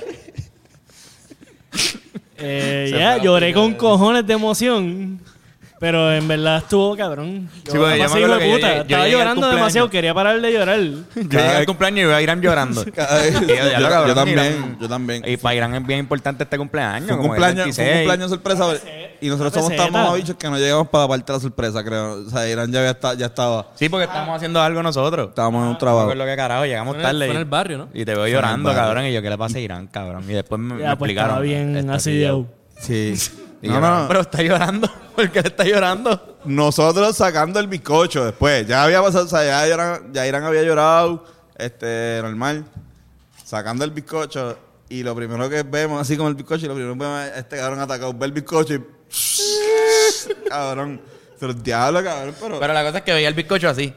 S7: ya, lloré con cojones de emoción. Pero en verdad estuvo cabrón.
S3: Sí, porque yo me
S7: pasé
S3: acuerdo
S7: hijo de
S3: que
S7: puta.
S3: yo
S7: Estaba
S3: llegué al
S7: llorando
S3: cumpleaños.
S7: demasiado, quería parar de llorar.
S3: Yo llegué al cumpleaños y iba a Irán llorando.
S1: Yo también, yo también.
S3: Y para Irán es bien importante este cumpleaños.
S1: Fue un
S3: como el
S1: cumpleaños, fue un
S3: 26.
S1: cumpleaños sorpresa. Y nosotros somos tan
S7: peseta.
S1: mamabichos que no llegamos para la parte de la sorpresa, creo. O sea, Irán ya estaba.
S3: Sí, porque estamos haciendo algo nosotros.
S1: Estábamos en un
S3: No
S1: trabajo.
S3: me acuerdo qué carajo, llegamos
S2: Fue en el-
S3: tarde.
S2: fue en el barrio, ¿no?
S3: Y te veo
S1: en el
S3: llorando,
S1: barrio.
S3: cabrón. Y yo, ¿qué le pasa a Irán, cabrón? Y después me
S7: Ya, pues
S3: explicaron.
S7: estaba bien
S3: está
S7: así
S3: pillado.
S7: de...
S1: Sí.
S3: Y
S1: No,
S3: yo,
S1: no, no.
S3: Pero está llorando. ¿Por qué está llorando?
S1: Nosotros sacando el bizcocho después. Ya había pasado, o sea, ya Irán había llorado, normal. Sacando el bizcocho. Y lo primero que vemos, así como el bizcocho, y lo primero que vemos es este cabrón atacado. Ve el bizcocho y... cabrón. Se los diablos, cabrón,
S3: Pero la cosa es que veía el bizcocho así.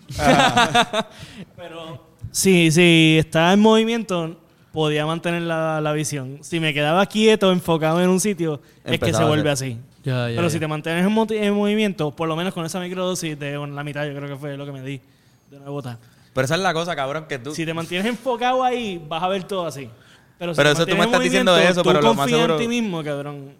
S7: Si estaba en movimiento, podía mantener la visión. Si me quedaba quieto, enfocado en un sitio, es que
S3: Empezaba
S7: se
S3: a
S7: vuelve
S3: hacer.
S7: así.
S2: Ya, ya,
S7: Pero
S2: ya.
S7: si te mantienes en movimiento, por lo menos con esa microdosis de la mitad, yo creo que fue lo que me di de una gota.
S3: Pero esa es la cosa, cabrón, que tú...
S7: Si te mantienes enfocado ahí, vas a ver todo así. Pero, si
S3: Pero
S7: te
S3: eso tú me
S7: mantienes en
S3: estás diciendo
S7: movimiento,
S3: eso,
S7: tú
S3: pero lo más
S7: confías
S3: seguro-
S7: en ti mismo, cabrón.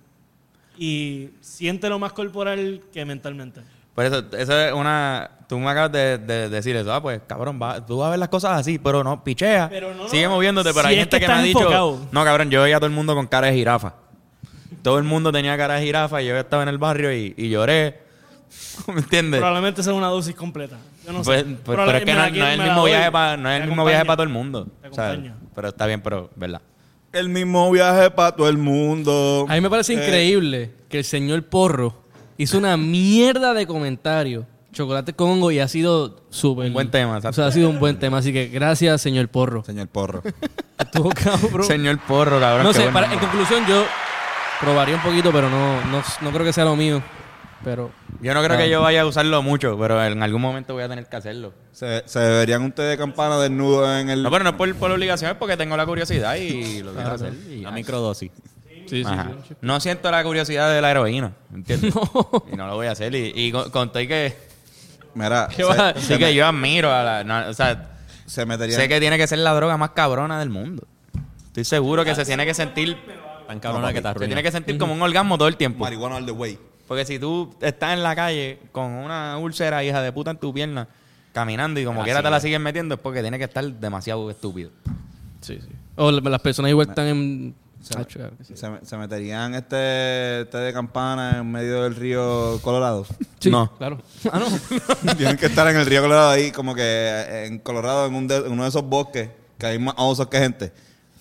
S7: Y siéntelo más corporal que mentalmente.
S3: Por eso es una... Tú me acabas de decir eso. Pues, cabrón, tú vas a ver las cosas así, pero no, pichea.
S7: Pero no,
S3: Sigue moviéndote, pero
S7: si
S3: hay
S7: es
S3: gente
S7: que
S3: que me ha
S7: estás
S3: dicho...
S7: enfocado.
S3: No, cabrón, yo veía a todo el mundo con cara de jirafa. Todo el mundo tenía cara de jirafa y yo estaba en el barrio y lloré. ¿Me entiendes?
S7: Probablemente sea una dosis completa. Yo no
S3: Pues,
S7: sé.
S3: pero es que no es el mismo viaje para todo el mundo.
S7: Te
S3: O sea,
S7: acompaño.
S3: pero está bien, pero, ¿verdad?
S1: El mismo viaje para todo el mundo.
S2: A mí me parece increíble que el señor Porro hizo una mierda de comentario. Chocolate con hongo y ha sido súper...
S3: Un buen tema,
S2: O
S3: exacto.
S2: sea, ha sido un buen tema. Así que gracias, señor Porro.
S1: Señor Porro.
S2: Estuvo cabrón.
S3: Señor Porro, cabrón.
S2: No
S3: qué
S2: sé,
S3: buen
S2: en
S3: nombre.
S2: conclusión yo probaría un poquito, pero no creo que sea lo mío. Pero...
S3: Yo no creo que yo vaya a usarlo mucho, pero en algún momento voy a tener que hacerlo.
S1: Se beberían un té de campana desnudo en el...
S3: No, pero no es por obligación, es porque tengo la curiosidad y lo quiero hacer. Y
S4: Una
S3: ya.
S4: microdosis.
S2: Sí,
S3: Ajá. No siento la curiosidad de la heroína, ¿entiendes? Y no lo voy a hacer. Y conté que...
S1: Mira,
S2: ¿Qué va?
S3: Así que yo admiro a la... no, o sea,
S1: se meterían...
S3: sé que tiene que ser la droga más cabrona del mundo. Estoy seguro que se tiene que sentir...
S4: Tan cabrona que te
S3: Se
S4: arruina.
S3: tiene que sentir como un orgasmo todo el tiempo.
S1: Marihuana all the way.
S3: Porque si tú estás en la calle con una úlcera hija de puta en tu pierna, caminando y como quiera te la siguen metiendo, es porque tiene que estar demasiado estúpido.
S2: Sí, sí. O las personas igual están en... Hacho, claro que sí.
S1: Se meterían té de campana en medio del río Colorado.
S2: Sí,
S3: No.
S2: claro. Ah, no.
S1: Tienen que estar en el río Colorado ahí, como que en Colorado, en uno de esos bosques, que hay más osos que gente.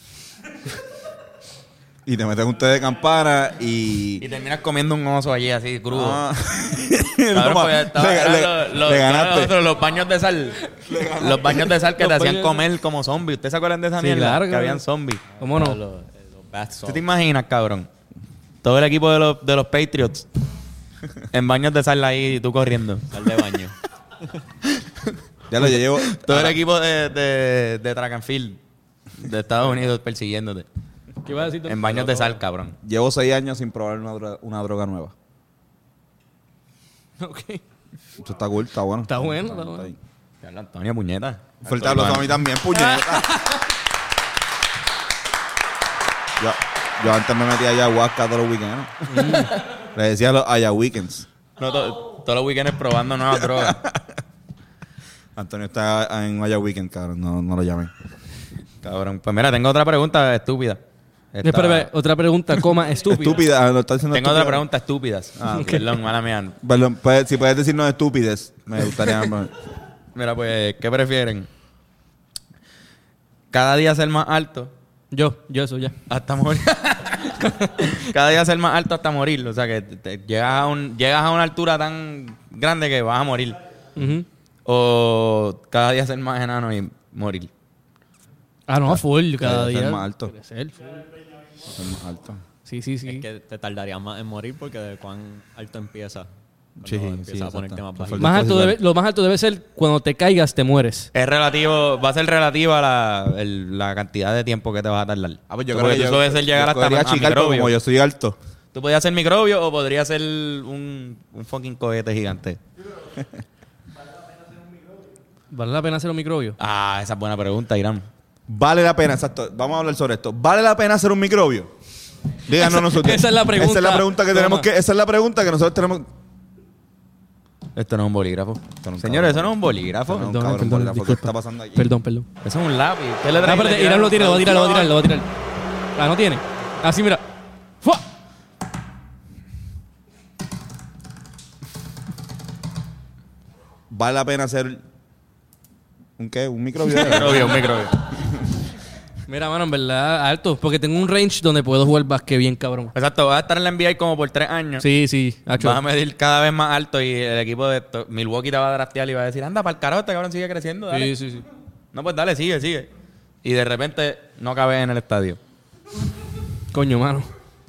S1: Y te meten un té de campana
S3: Y terminas comiendo un oso allí así, crudo.
S1: Ah.
S3: Cabrón,
S1: Toma,
S3: pues, estaba- eran
S1: le ganaste.
S3: los baños de sal. Los baños de sal que te hacían comer como zombies. ¿Ustedes se acuerdan de esa
S2: Sí,
S3: mierda?
S2: claro,
S3: Que
S2: claro.
S3: habían zombies.
S2: ¿Cómo no?
S4: Los bath
S3: ¿Tú
S4: salts.
S3: te imaginas, cabrón? Todo el equipo de los Patriots en baños de sal ahí y tú corriendo.
S4: Sal de baño.
S1: Ya lo llevo.
S3: Todo el equipo de track and field de Estados Unidos persiguiéndote.
S2: ¿Qué iba a decir tú?
S3: En baños de sal, cabrón.
S1: Llevo 6 años sin probar una droga nueva.
S2: Ok.
S1: Esto está cool, está bueno.
S2: Está bueno, está bueno.
S1: ahí.
S3: Diablo, Antonio, puñeta.
S1: Fuerte aplauso a mí también, puñeta. yo antes me metía ayahuasca todos los weekends. Le decía los ayahuascans.
S3: No, todos los weekends probando nuevas drogas.
S1: Antonio está en ayahuascan, cabrón. No lo llamen.
S3: Cabrón. Pues mira, tengo otra pregunta estúpida.
S2: Espera, otra pregunta, coma, estúpida.
S1: Estúpida, lo está diciendo
S3: Tengo
S1: estúpida.
S3: otra pregunta estúpidas. Perdón, mala mía.
S1: Perdón, si puedes decirnos estúpides, me gustaría.
S3: Mira, pues, ¿qué prefieren? Cada día ser más alto
S2: Yo eso ya.
S3: hasta morir. Cada día ser más alto hasta morir. O sea, que llegas a una altura tan grande que vas a morir.
S2: Ujú.
S3: O cada día ser más enano y morir.
S2: Ah, no, full, cada
S1: ser
S2: día.
S1: más alto.
S2: Crecer, full.
S1: Son más altos.
S2: Sí, sí, sí.
S4: Es que te tardarías más en morir porque de cuán alto empieza.
S1: Sí,
S4: Cuando
S1: sí,
S4: empieza a ponerte
S1: exacto.
S4: más
S1: Fue
S4: bajito.
S2: Más alto lo más alto debe ser cuando te caigas, te mueres.
S3: Es relativo, va a ser relativo a la cantidad de tiempo que te vas a tardar.
S1: Ah, pues yo
S3: Porque
S1: creo que
S3: tú puedes ser llegar hasta
S1: podría
S3: a
S1: achicar, pero
S3: microbio.
S1: como yo soy alto.
S3: Tú podías ser microbio o podrías ser un fucking cohete gigante.
S2: ¿Vale la pena hacer un microbio?
S3: Ah, esa es buena pregunta, Irán.
S1: Vale la pena, exacto. Vamos a hablar sobre esto. ¿Vale la pena ser un microbio? Díganos nosotros.
S2: esa es la pregunta.
S1: Esa es la pregunta que tenemos
S2: Toma.
S1: esa es la pregunta que nosotros tenemos.
S3: Esto no es un bolígrafo.
S1: Esto no es un
S3: Señores,
S1: cabrón.
S3: eso no es un bolígrafo.
S1: Esto no es un
S2: Perdón,
S1: cabrón
S2: perdón,
S1: bolígrafo. ¿Qué
S2: disculpa.
S1: está pasando aquí?
S2: Perdón.
S3: Eso es un lápiz. ¿Qué le
S2: Ah,
S3: traes?
S2: espérate, Irán lo tiene, lo va a tirar. Ah, no tiene. Así, mira. ¡Fua!
S1: ¿Vale la pena hacer un qué? ¿Un microbio?
S3: Un microbio.
S2: Mira, mano, en verdad, alto. Porque tengo un range donde puedo jugar básquet bien, cabrón.
S3: Exacto, vas a estar en la NBA como por 3 años.
S2: Sí, hacho.
S3: Vas a medir cada vez más alto y el equipo de Milwaukee te va a draftear y va a decir, anda, para el carajo, este cabrón sigue creciendo, dale.
S2: Sí.
S3: No, pues dale, sigue. Y de repente no cabes en el estadio.
S2: Coño, mano.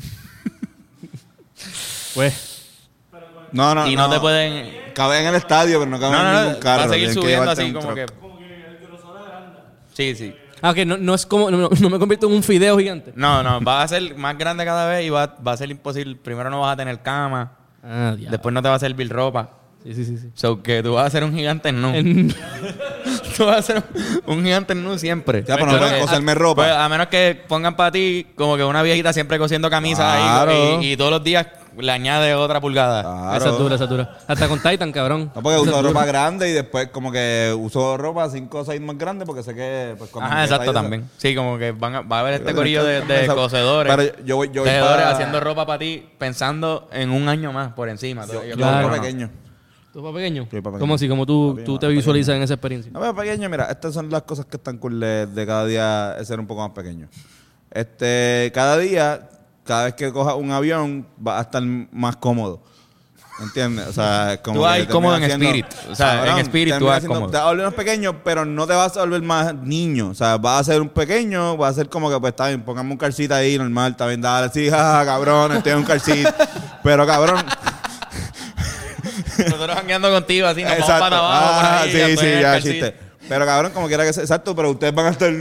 S2: Pues.
S1: No.
S3: Y no te pueden...
S1: Cabe en el estadio, pero no cabe en ningún carro.
S3: va a seguir
S1: Tienen que
S3: subiendo
S1: llevarte
S3: así
S1: un
S3: como
S1: truck.
S3: que... Sí.
S2: Ah, que no es como... No me convierto en un fideo gigante.
S3: No, va a ser más grande cada vez y va a ser imposible. Primero no vas a tener cama.
S2: Ah, diablo.
S3: Después no te va a servir ropa.
S2: Sí.
S3: So que tú vas a ser un gigante nu. Tú vas a ser un gigante nu siempre.
S1: Ya, pero no puedes coserme ropa.
S3: Pues, a menos que pongan para ti como que una viejita siempre cosiendo camisas
S1: Claro.
S3: ahí y todos los días le añade otra pulgada.
S1: Claro.
S2: Esa es dura. Hasta con Titan, cabrón.
S1: No, porque
S2: Esa
S1: uso
S2: es
S1: ropa
S2: dura.
S1: grande y después como que uso ropa 5 o 6 más grande porque sé que... Pues, cuando
S3: Ajá,
S1: empieza
S3: exacto,
S1: ahí,
S3: también. Sí, como que va a haber este
S1: Pero
S3: corillo
S1: es que-
S3: de
S1: esa-
S3: cosedores.
S1: Pero yo voy
S3: tejedores
S1: para-
S3: haciendo ropa para ti pensando en un año más por encima.
S1: Yo
S2: Claro.
S1: voy para pequeño.
S2: ¿Tú para pequeño?
S1: Sí, para pequeño.
S2: ¿Cómo así? ¿Cómo tú
S1: Papi,
S2: te
S1: no, para
S2: visualizas en esa experiencia?
S1: No, pero pequeño, mira, estas son las cosas que están cool de cada día ser un poco más pequeño. Cada día, cada vez que cojas un avión, vas a estar más cómodo. ¿Entiendes? O sea, como
S3: Tú vas a
S1: que
S3: ir cómodo en
S1: termina
S3: espíritu. O sea, en espíritu tú vas cómodo.
S1: Te vas a volver más pequeño, pero no te vas a volver más niño. O sea, vas a ser un pequeño, vas a ser como que, pues, está bien, póngame un calcita ahí, normal, está bien, dale, sí, jaja, cabrón, estoy en un calcit. Pero, cabrón...
S3: Nosotros jangueando contigo así, nos vamos
S1: Exacto.
S3: para abajo por ahí.
S1: Sí,
S3: después
S1: sí,
S3: en el
S1: ya
S3: calcín.
S1: chiste. Pero cabrón, como quiera que sea, exacto, pero ustedes van a estar.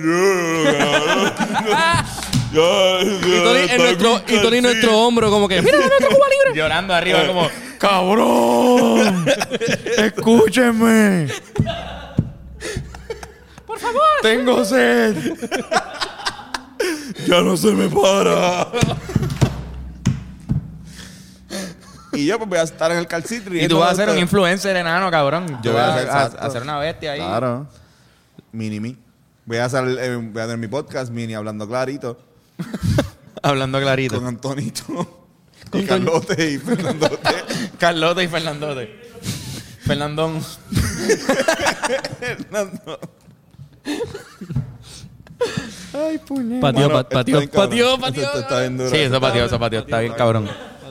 S2: Y Tony en nuestro hombro, como que, mira, nuestro Cuba Libre.
S3: Llorando arriba como, ¡cabrón! ¡Escúchenme!
S2: Por favor.
S3: ¡Tengo sed!
S1: Ya no se me para. Y yo pues voy a estar en el calcitri.
S3: Y tú vas a ser un influencer enano, cabrón.
S1: Yo
S3: Tú
S1: voy a
S3: vas
S1: ser,
S3: a
S1: exacto.
S3: hacer una bestia ahí.
S1: Claro. Mini. Voy a tener mi podcast, Mini Hablando Clarito,
S3: Hablando clarito.
S1: con Antonito. Y Carlote y Fernandote.
S3: Carlota y Fernandote. Fernandón.
S1: Fernando.
S2: Patio.
S1: Mano, está bien cabrón.
S2: Patio.
S1: Esto está bien duro.
S3: Sí, eso patio. Está bien, cabrón.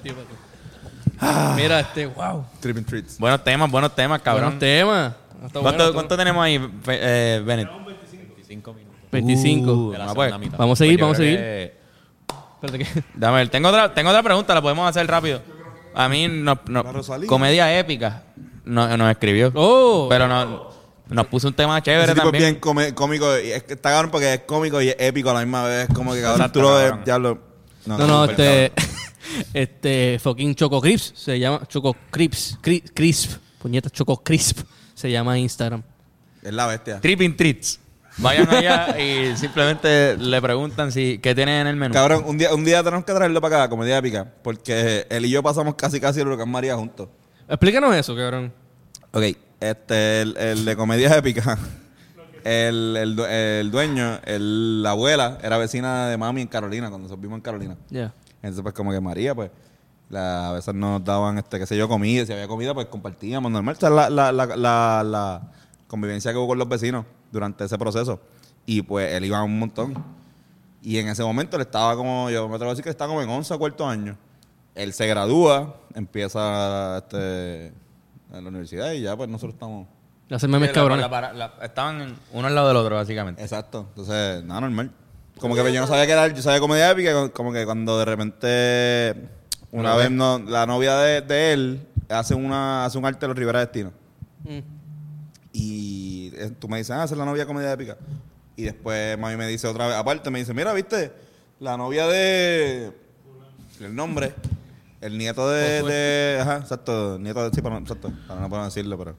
S2: Mira, wow.
S1: Tripping treats.
S3: Buenos temas, cabrón.
S2: Buenos temas. Está bueno,
S3: ¿Cuánto tenemos ahí, Bennett?
S4: 25 minutos
S2: 25.
S4: de la
S3: Ah, pues.
S4: segunda mitad.
S2: Vamos a seguir. Espérate que...
S3: Dame ver, tengo otra pregunta, la podemos hacer rápido. A mí,
S1: Rosalía.
S3: comedia épica, nos escribió.
S2: Oh.
S3: Pero nos puso un tema chévere
S1: Ese tipo es
S3: también.
S1: bien cómico. Y es que está cabrón porque es cómico y es épico a la misma vez. Como que cabrón,
S3: Exacto,
S1: tú lo ves,
S3: cabrón.
S1: diablo.
S2: No, fucking Choco Crisp se llama Choco Crisp. Puñetas Choco Crisp se llama en Instagram.
S1: Es la bestia.
S3: Tripping Treats. Vayan allá y simplemente le preguntan qué tienen en el menú.
S1: Cabrón, un día tenemos que traerlo para acá, comedia épica. Porque él y yo pasamos casi el huracán María juntos.
S2: Explícanos eso, cabrón.
S1: Ok, el de comedia épica. El dueño, la abuela, era vecina de mami en Carolina, cuando nosotros vivimos en Carolina.
S2: Ya.
S1: Entonces, pues, como que María, pues, a veces nos daban, qué sé yo, comida. Si había comida, pues, compartíamos normal. Esa es la convivencia que hubo con los vecinos durante ese proceso. Y, pues, él iba un montón. Y en ese momento él estaba como, yo me atrevo a decir que estaba como en 11 o cuarto año. Él se gradúa, empieza en la universidad y ya, pues, nosotros estamos...
S2: Hacer memes cabrones.
S3: Estaban uno al lado del otro, básicamente.
S1: Exacto. Entonces, nada, normal. Como que yo no sabía qué era, yo sabía comedia épica, como que cuando de repente una vez la novia de él hace un arte de los Rivera Destino. Y tú me dices, esa es la novia de comedia épica. Y después mami me dice otra vez, aparte me dice, mira, ¿viste? La novia de... El nombre. El nieto ajá, exacto. Nieto de... Sí, para no poder decirlo, pero...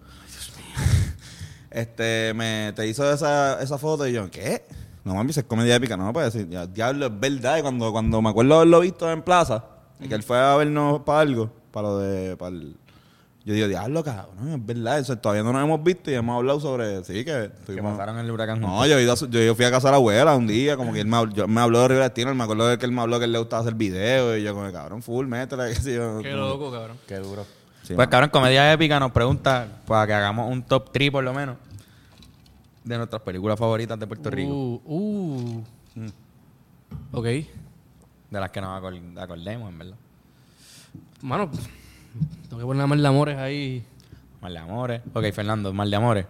S1: te hizo esa foto y yo, ¿qué? No mami, es comedia épica, no me puede decir. Ya, diablo, es verdad. Y cuando me acuerdo de haberlo visto en plaza, que él fue a vernos para algo, para Yo digo, diablo, cabrón, es verdad. Eso, todavía no nos hemos visto y hemos hablado sobre... Sí, que...
S3: Que pasaron el huracán
S1: No,
S3: juntos.
S1: yo fui a casa de la abuela un día, como que él me habló de Rivera Destino, me acuerdo de que él me habló que él le gustaba hacer videos y yo como, cabrón, full, métele, qué sé yo.
S2: Qué loco, cabrón.
S3: Qué duro.
S1: Sí,
S3: Pues
S1: mano.
S3: cabrón, Comedia Épica nos pregunta para que hagamos un top 3 por lo menos de nuestras películas favoritas de Puerto Rico.
S2: Ok.
S3: De las que nos acordemos, en verdad.
S2: Mano, tengo que poner Mal de Amores ahí.
S3: Mal de Amores. Ok, Fernando, Mal de Amores.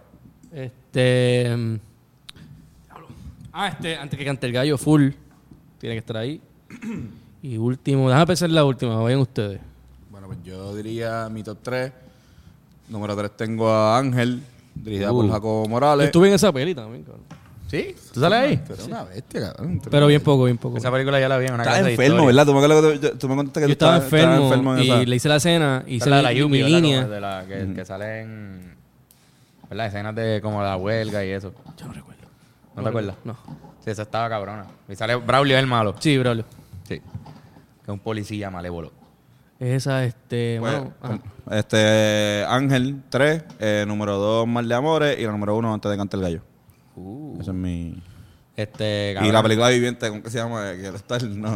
S2: Antes que cante el gallo, full. Tiene que estar ahí. Y último, déjame pensar la última, vayan ustedes.
S1: Bueno, pues yo diría mi top 3. Número 3 tengo a Ángel, dirigida por Jacobo
S2: Yo
S1: Morales.
S2: estuve en esa peli también, cabrón.
S3: ¿Sí? ¿Tú sales ahí?
S1: Tú eres una bestia, cabrón.
S2: Pero bien poco, bien poco.
S3: Esa película ya la vi en una
S1: Estás
S3: clase de
S1: enfermo,
S3: historia.
S1: ¿verdad? Tú me contaste que
S2: Yo
S1: tú
S2: estaba
S1: estabas
S2: enfermo
S1: en esa.
S2: y le hice la escena,
S3: Esa
S2: hice
S3: es la de la
S2: mi
S3: Yumi, ¿verdad?
S2: línea.
S3: Como de la que sale en... ¿Verdad? Escenas de como la huelga y eso.
S2: Yo no recuerdo.
S3: ¿No te acuerdas?
S2: No.
S3: Sí, esa estaba cabrona. Y sale Braulio el malo.
S2: Sí, Braulio.
S3: Sí. Que es un policía malévolo.
S2: Esa, bueno,
S1: Ángel 3, número 2 Mal de Amores y la número 1 Antes de Cantar el Gallo. Ese es mi...
S3: Cabrón.
S1: Y la película Viviente, ¿cómo que se llama? Quiero estar, no.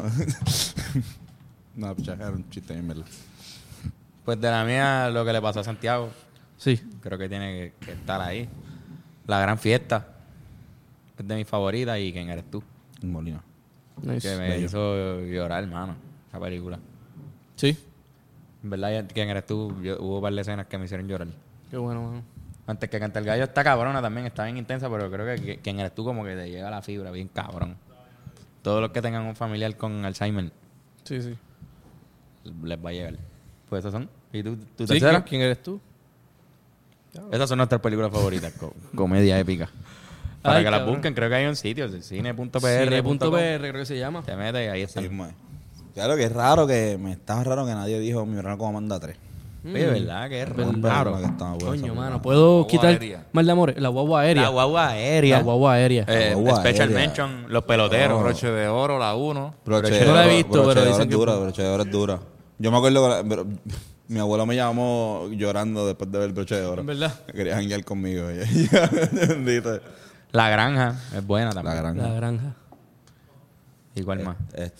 S1: No, pues, era un chiste, en verdad.
S3: Pues de la mía, lo que le pasó a Santiago,
S2: sí.
S3: creo que tiene que estar ahí. La Gran Fiesta, es de mis favoritas, y ¿Quién eres tú?
S1: En Molina.
S2: Nice.
S3: Que me hizo llorar, hermano, esa película.
S2: Sí.
S3: En verdad, ¿Quién eres tú? Hubo un par de escenas que me hicieron llorar.
S2: Qué bueno, mano.
S3: Antes que Cante el Gallo está cabrona también, está bien intensa, pero creo que ¿Quién eres tú? Como que te llega a la fibra, bien cabrón. Todos los que tengan un familiar con Alzheimer
S2: Sí, sí.
S3: les va a llegar. Pues esas son. ¿Y tú
S2: Sí,
S3: tercera?
S2: ¿quién eres tú?
S3: Esas son nuestras películas favoritas, comedia épica. Para
S2: Ay,
S3: que las
S2: cabrón.
S3: busquen, creo que hay un sitio, cine.pr.
S2: Cine.pr creo que se llama.
S3: Te metes y ahí
S1: Sí,
S3: están.
S1: mae. Claro que es raro que... Me está raro que nadie dijo Mi verano como Amanda 3.
S3: Oye, ¿verdad? Que es
S1: Raro.
S3: raro.
S1: Que estaba buena esa
S2: Coño,
S1: película.
S2: mano, ¿puedo
S5: Guagua
S2: quitar
S5: aérea.
S2: Mal de Amores? La guagua aérea.
S3: La guagua aérea.
S2: La guagua aérea.
S1: guagua
S3: Special
S1: aérea.
S3: mention, Los Peloteros.
S5: Broche de Oro, la 1.
S1: Broche
S2: No la he
S1: de Oro-
S2: visto,
S1: Broche
S2: pero
S1: de Oro
S2: dicen
S1: es
S2: que
S1: dura,
S2: fue-
S1: Broche de Oro es dura. Yo me acuerdo que mi abuelo me llamó llorando después de ver Broche de Oro.
S2: ¿En verdad?
S1: Quería janguear conmigo. Bendito.
S3: La Granja, es buena también.
S1: La granja.
S2: La granja.
S3: ¿Y cuál más?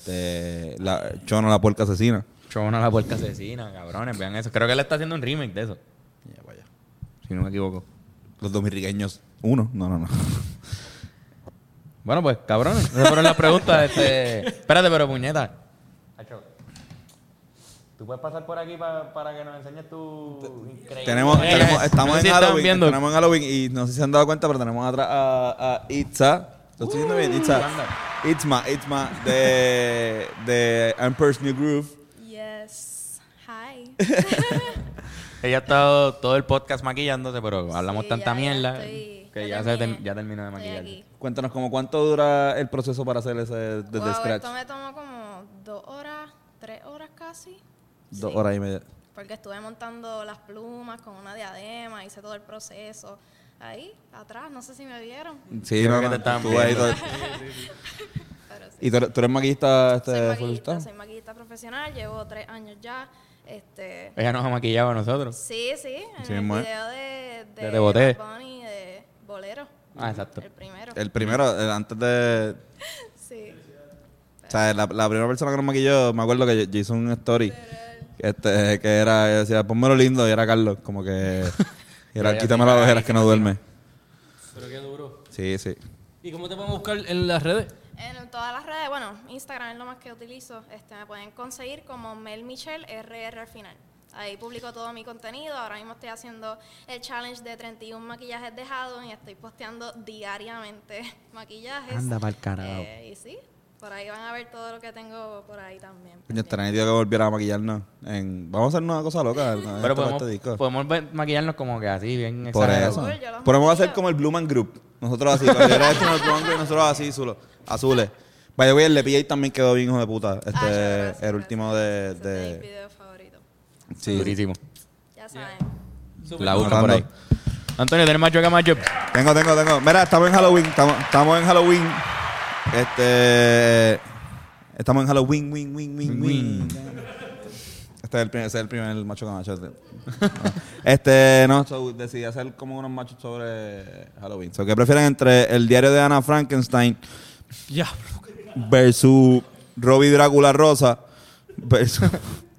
S1: Chono, la puerca asesina.
S3: Chona la puerca asesina, cabrones, vean eso. Creo que él está haciendo un remake de eso,
S1: Ya, vaya.
S3: si no me equivoco.
S1: Los dominriqueños. ¿1? No.
S3: Bueno, pues, cabrones, esas fueron las preguntas. Espérate, pero puñeta. Hacho, ¿tú puedes pasar por aquí para que nos enseñes tu increíble...
S1: Estamos
S3: No sé
S1: en
S3: si están
S1: Halloween.
S3: viendo.
S1: Estamos en Halloween y no sé si se han dado cuenta, pero tenemos atrás a Itza. ¿Lo estoy diciendo bien? Itza. Itzma de Emperor's New Groove.
S8: Yes. Hi.
S3: Ella ha estado todo el podcast maquillándose, pero hablamos
S8: Sí,
S3: tanta
S8: ya
S3: mierda
S8: estoy-
S3: que
S8: ya
S3: ya
S8: terminé.
S3: ya terminó de
S8: Estoy
S3: maquillar.
S8: aquí.
S1: Cuéntanos como cuánto dura el proceso para hacer ese desde
S8: Wow,
S1: scratch.
S8: esto me tomó como 2 horas, 3 horas casi.
S1: 2
S8: Sí.
S1: horas y media.
S8: Porque estuve montando las plumas con una diadema, hice todo el proceso. Ahí, atrás, no sé si me vieron.
S1: Sí,
S3: Creo
S1: no,
S3: que
S1: no,
S3: te estaban
S1: tú ahí
S3: viendo.
S1: todo-
S8: Pero sí.
S1: ¿Y tú eres maquillista
S8: Soy
S1: full-time?
S8: maquillista profesional, llevo 3 años ya.
S3: Ella nos ha maquillado a nosotros.
S8: Sí, en
S1: Sí,
S8: el
S1: ma.
S8: video de
S3: De Te Boté.
S8: Bad Bunny, de Bolero.
S3: Ah, exacto.
S8: El primero.
S1: El primero, antes de...
S8: Sí.
S1: O sea, la primera persona que nos maquilló, me acuerdo que yo hice un story que era, decía, pónmelo lindo, y era Carlos, como que... Era, quítame las ojeras que no duerme.
S2: Pero qué duro.
S1: Sí, sí.
S2: ¿Y cómo te podemos buscar en las redes?
S8: En todas las redes, bueno, Instagram es lo más que utilizo. Me pueden conseguir como Mel Michelle RR al final. Ahí publico todo mi contenido. Ahora mismo estoy haciendo el challenge de 31 maquillajes de Halloween y estoy posteando diariamente maquillajes.
S3: Anda pa'l carajo.
S8: Y sí, por ahí van a ver todo lo que tengo por ahí también.
S1: Coño, estaría nítido que volviera a maquillarnos. Vamos a hacer una cosa loca.
S3: Pero podemos maquillarnos como que así, bien
S1: Por
S3: exagerado.
S1: eso.
S8: Cool, yo los
S1: Podemos hacer
S8: maquillo.
S1: como el Blue Man Group. Nosotros así. Cuando yo era hecho en el Blue Man Group, nosotros así, azules. Vaya, el de PJ también quedó bien, hijo de puta.
S8: Gracias,
S1: el último
S8: Ese es mi
S1: de...
S8: video favorito.
S1: Sí.
S3: Durísimo.
S8: Ya saben.
S3: La buscan por ahí. Antonio, ¿tienes más que más job?
S1: Tengo. Mira, estamos en Halloween. Estamos en Halloween. Estamos en Halloween. Win. Ese es el primer macho con macho. Decidí hacer como unos machos sobre Halloween. ¿Qué prefieren entre el diario de Ana Frankenstein
S2: Ya.
S1: versus Robbie Drácula Rosa versus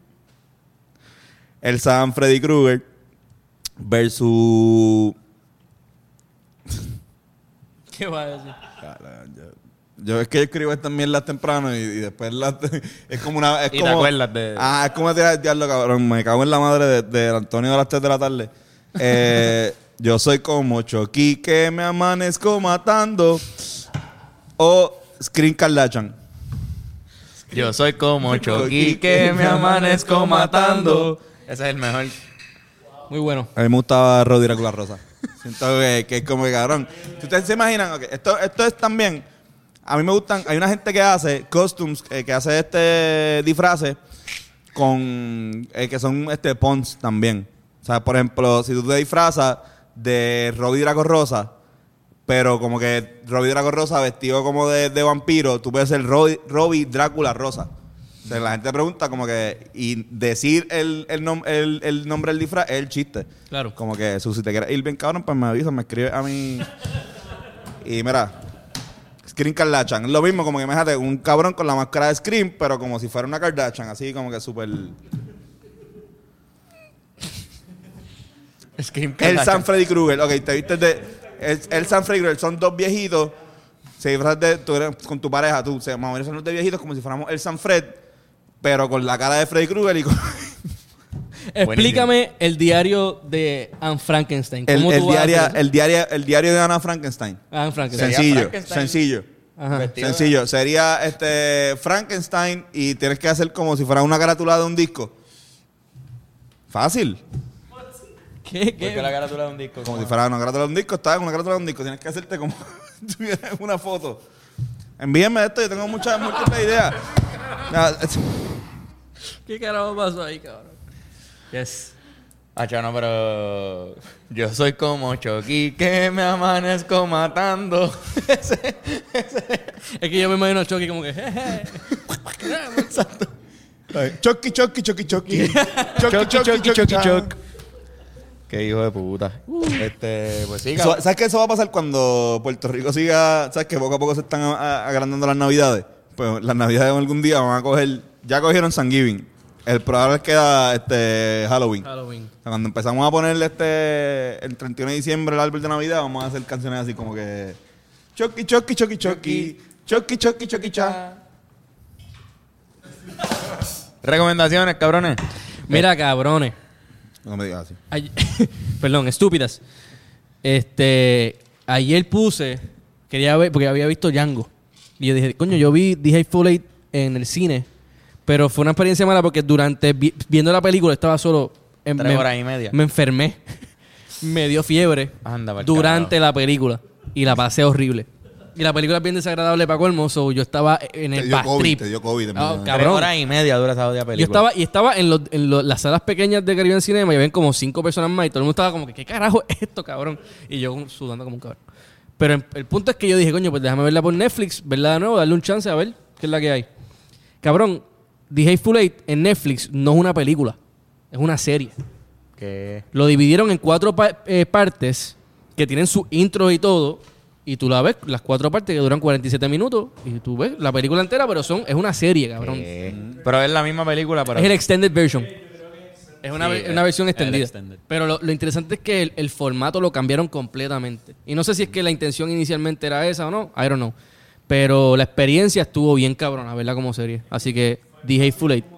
S1: el Sam Freddy Krueger versus...
S2: ¿Qué va a decir?
S1: Yo es que yo escribo estas mierdas temprano y después es como una... Es
S3: Y
S1: como,
S3: te acuerdas de...
S1: es como tirar diablo, cabrón. Me cago en la madre de Antonio a las 3 de la tarde. Yo soy como Chucky que me amanezco matando. O Screen Kardashian.
S3: Yo soy como Chucky que me amanezco matando. Ese es el mejor.
S2: Muy bueno.
S1: A mí me gustaba Roddy Drácula Rosa. Siento que es como que cabrón. Si ustedes se imaginan, okay, esto es también... A mí me gustan... Hay una gente que hace costumes, que hace disfraces con... que son puns también. O sea, por ejemplo, si tú te disfrazas de Robbie Draco Rosa, pero como que Robbie Draco Rosa vestido como de vampiro, tú puedes ser Robbie Drácula Rosa. O sea, la gente pregunta como que... Y decir el nombre del disfraz es el chiste.
S2: Claro.
S1: Como que, si te quieres ir bien cabrón, pues me avisas, me escribes a mí. Y mira... Scream Kardashian. Es lo mismo, como que imagínate un cabrón con la máscara de Scream, pero como si fuera una Kardashian, así como que súper... El Sam Freddy Krueger. Ok, te viste de... El Sam Freddy Krueger. Son dos viejitos. Se disfrazan de... Tú eres con tu pareja, tú. Se más o menos son de viejitos como si fuéramos el Sam Fred, pero con la cara de Freddy Krueger y con...
S2: Explícame el diario de Anne Frankenstein.
S1: el
S2: diario
S1: diario de Ana Frankenstein.
S2: Anne Frankenstein.
S1: Sencillo.
S2: Ajá.
S1: Sencillo. Sería Frankenstein y tienes que hacer como si fuera una carátula de un disco. Fácil.
S2: ¿Qué?
S3: ¿Por qué la carátula de un disco?
S1: Como si fuera una carátula de un disco. Estás en una carátula de un disco. Tienes que hacerte como si tuvieras una foto. Envíenme esto. Yo tengo muchas ideas.
S2: ¿Qué carajo pasó ahí, cabrón? Yes.
S3: No, pero... Yo soy como Chucky que me amanezco matando.
S2: Es que yo me imagino a Chucky como que...
S3: Exacto.
S1: Chucky.
S3: Qué hijo de puta. Pues sí, cabrón.
S1: ¿Sabes qué eso va a pasar cuando Puerto Rico siga? ¿Sabes que poco a poco se están agrandando las navidades? Pues las navidades algún día van a coger... Ya cogieron Thanksgiving. El probable queda Halloween. O sea, cuando empezamos a ponerle el 31 de diciembre el árbol de Navidad, vamos a hacer canciones así como que... Chucky.
S3: Recomendaciones, cabrones.
S2: Mira, cabrones.
S1: No me digas así.
S2: Perdón, estúpidas. Ayer quería ver, porque había visto Django. Y yo dije, coño, yo vi The Hateful Eight en el cine. Pero fue una experiencia mala porque viendo la película estaba solo...
S3: 3 horas y media.
S2: Me enfermé. Me dio fiebre
S3: Anda,
S2: durante la película. Y la pasé horrible. Y la película es bien desagradable para colmo. So yo estaba en el bad trip.
S1: Te dio COVID.
S2: Cabrón.
S3: 3 horas y media dura esa odia película.
S2: Yo estaba en las salas pequeñas de Caribbean Cinema y habían como 5 personas más y todo el mundo estaba como que, ¿qué carajo es esto, cabrón? Y yo sudando como un cabrón. Pero el punto es que yo dije, coño, pues déjame verla por Netflix, verla de nuevo, darle un chance a ver qué es la que hay. Cabrón, The Hateful Eight en Netflix no es una película, es una serie.
S3: ¿Qué?
S2: Lo dividieron en 4 partes que tienen su intro y todo. Y tú la ves, las 4 partes que duran 47 minutos. Y tú ves la película entera, pero es una serie, cabrón.
S3: Pero es la misma película, pero...
S2: Es el extended version. Es una versión
S4: el
S2: extendida.
S4: extended. Pero
S2: Pero lo interesante es que el formato lo cambiaron completamente. Y no sé si es que la intención inicialmente era esa o no. I don't know. Pero la experiencia estuvo bien cabrona, verla como serie. Así que The Hateful Eight.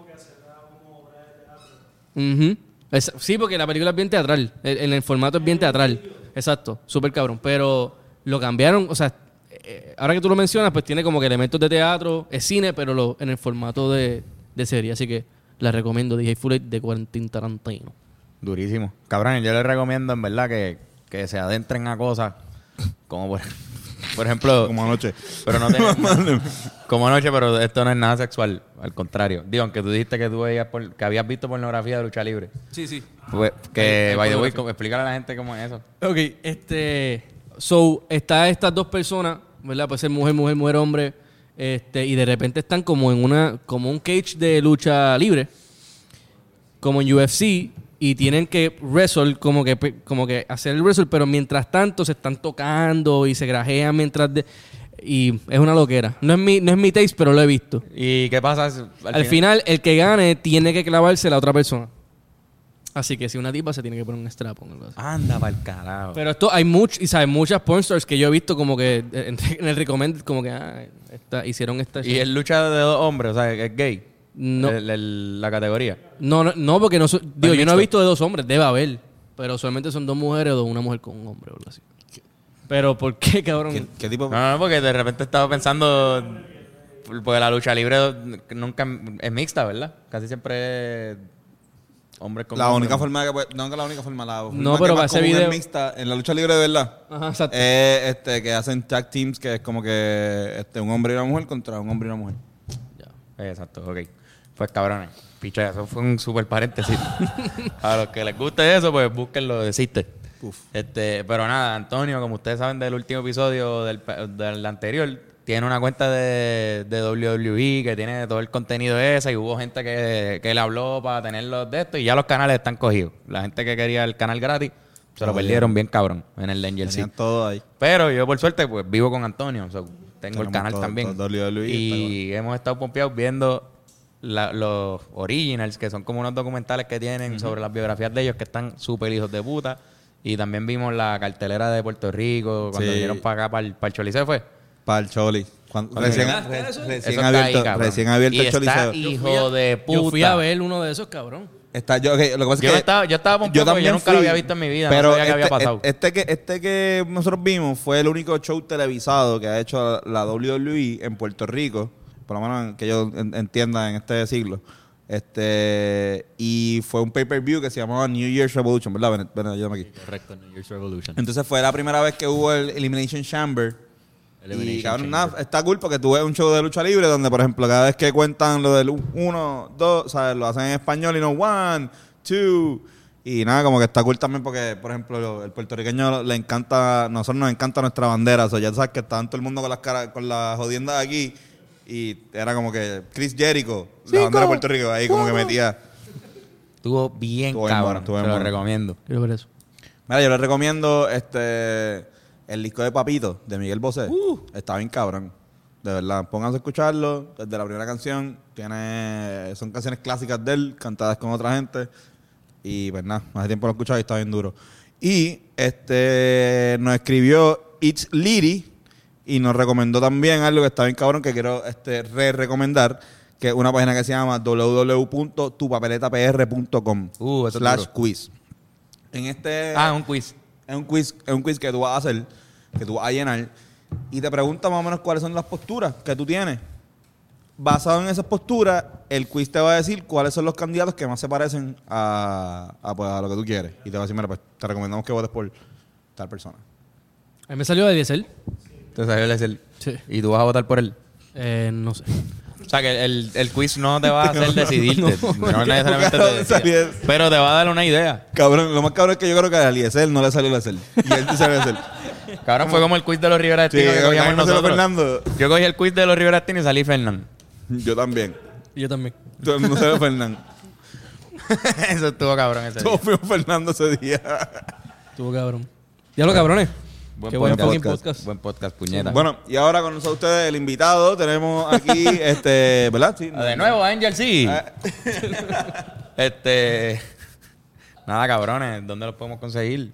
S2: Sí, porque la película es bien teatral. En el formato es bien teatral. Exacto. Súper cabrón. Pero lo cambiaron. O sea, ahora que tú lo mencionas, pues tiene como que elementos de teatro. Es cine, pero en el formato de serie. Así que la recomiendo. The Hateful Eight de Quentin Tarantino.
S3: Durísimo. Cabrón, yo les recomiendo en verdad que se adentren a cosas como por ejemplo...
S1: Como anoche.
S3: Pero no como anoche, pero esto no es nada sexual. Al contrario. Digo, aunque tú dijiste que tú veías que habías visto pornografía de lucha libre.
S2: Sí.
S3: Pues, by the way, explícale a la gente cómo es eso.
S2: Ok, So, está estas 2 personas, ¿verdad? Puede ser mujer, hombre. Y de repente están como en como un cage de lucha libre. como en UFC y tienen que wrestle, como que hacer el wrestle, pero mientras tanto se están tocando y se grajean mientras... y es una loquera. No es mi taste, pero lo he visto.
S3: ¿Y qué pasa?
S2: Al final, el que gane tiene que clavarse a la otra persona. Así que si una tipa se tiene que poner un strap o algo así.
S3: Anda pa'l carajo.
S2: Pero esto hay muchas porn stars que yo he visto como que en el recommended como que hicieron esta
S3: ¿Y es lucha de dos hombres? O sea, ¿es gay?
S2: No.
S3: La categoría.
S2: No, porque no digo, yo no
S3: mixto.
S2: he visto de dos hombres, debe haber. Pero usualmente son dos mujeres o una mujer con un hombre o algo así. Pero ¿por qué, cabrón?
S1: ¿Qué tipo?
S3: No, porque de repente estaba pensando... Porque la lucha libre nunca es mixta, ¿verdad? Casi siempre es hombres con
S1: La
S3: hombres.
S1: única forma que no que la única forma, la forma
S2: No,
S1: que
S2: pero
S1: más
S2: para ese
S1: común es
S2: video-
S1: mixta en la lucha libre de verdad.
S2: Ajá, exacto.
S1: Que hacen tag teams, que es como que un hombre y una mujer contra un hombre y una mujer.
S3: Exacto, ok. Pues cabrones, picha, eso fue un super paréntesis. A los que les guste eso, pues búsquenlo, existe. Pero nada, Antonio, como ustedes saben del último episodio del anterior, tiene una cuenta de WWE que tiene todo el contenido ese y hubo gente que le habló para tenerlos de esto y ya los canales están cogidos. La gente que quería el canal gratis se lo perdieron bien cabrón en el Angel
S1: Tenían
S3: Sea.
S1: todo ahí.
S3: Pero yo, por suerte, pues vivo con Antonio. So, tengo el
S1: Tenemos
S3: canal
S1: todo-
S3: también.
S1: todo WWE,
S3: y hemos estado pompeados viendo los originals, que son como unos documentales que tienen sobre las biografías de ellos, que están súper hijos de puta. Y también vimos la cartelera de Puerto Rico, cuando
S1: Sí.
S3: vinieron para acá, para el Choliseo, ¿fue?
S1: Para el Choli.
S3: Ok.
S1: Recién
S3: Eso está ahí, cabrón.
S1: recién abierto
S3: Y
S1: el
S3: está
S1: Choliseo.
S3: hijo de puta.
S2: Yo fui a ver uno de esos, cabrón.
S1: Lo que pasa es que
S3: Yo estaba pompeado porque yo nunca lo había visto en mi vida.
S1: Pero
S3: no sabía qué había pasado.
S1: Este que nosotros vimos fue el único show televisado que ha hecho la WWE en Puerto Rico, por lo menos que yo entienda en este siglo. Y fue un pay-per-view que se llamaba New Year's Revolution, ¿verdad? Ven, ayúdame aquí.
S4: Correcto, New Year's Revolution.
S1: Entonces fue la primera vez que hubo el Elimination Chamber.
S4: Elimination
S1: Y cabrón,
S4: Chamber.
S1: nada, está cool porque tú ves un show de lucha libre donde, por ejemplo, cada vez que cuentan lo del 1, 2, ¿sabes? Lo hacen en español y no 1, 2. Y nada, como que está cool también porque, por ejemplo, el puertorriqueño le encanta, a nosotros nos encanta nuestra bandera. O sea, ya sabes que estaban todo el mundo con las caras, con las jodiendas aquí. Y era como que Chris Jericho, la bandera de Puerto Rico, ahí como que metía.
S3: Estuvo bien
S1: Estuvo bien
S3: cabrón.
S1: bueno, estuvo
S3: Se
S1: bien
S3: lo
S1: bueno.
S3: recomiendo.
S2: Quiero ver eso.
S1: Mira, yo les recomiendo el disco de Papito de Miguel Bosé. Está bien cabrón. De verdad, pónganse a escucharlo. Desde la primera canción son canciones clásicas de él, cantadas con otra gente. Y pues nada, hace tiempo lo he escuchado y está bien duro. Y nos escribió It's Liri y nos recomendó también algo que está bien cabrón que quiero recomendar, que es una página que se llama www.tupapeletapr.com
S3: Eso es duro.
S1: /quiz. En
S3: Un quiz.
S1: es un quiz que tú vas a hacer, que tú vas a llenar, y te pregunta más o menos cuáles son las posturas que tú tienes. Basado en esas posturas, el quiz te va a decir cuáles son los candidatos que más se parecen a lo que tú quieres. Y te va a decir, mira, pues te recomendamos que votes por tal persona.
S2: A mí me salió de Diesel.
S3: Te salió el decir.
S2: Sí.
S3: ¿Y tú vas a votar por él?
S2: No sé.
S3: O sea, que el quiz no te va a hacer decidirte. No necesariamente
S1: Porque
S3: te
S1: no sabía.
S3: decide. Pero te va a dar una idea.
S1: Cabrón, lo más cabrón es que yo creo que a Eliezer no le salió el hacer. Y él sí sabe hacer.
S3: Cabrón, fue como el quiz de los Rivera
S1: Sí,
S3: Destino que cogíamos
S1: no
S3: nosotros.
S1: Fernando.
S3: Yo cogí el quiz de los Rivera Destino y salí Fernando.
S1: Yo también.
S2: Y yo también.
S1: Todo el mundo sabe Fernando.
S3: Eso estuvo cabrón ese
S1: Todos
S3: día.
S1: fuimos Fernando ese día.
S2: Estuvo cabrón. Ya lo cabrones.
S3: Buen
S2: Qué buen
S3: podcast.
S2: fucking podcast.
S3: Buen podcast, puñeta.
S1: Bueno, y ahora con nosotros ustedes, el invitado, tenemos aquí, ¿verdad? Sí.
S3: De nuevo, Angel, sí.
S1: Ah.
S3: Nada, cabrones. ¿Dónde los podemos conseguir?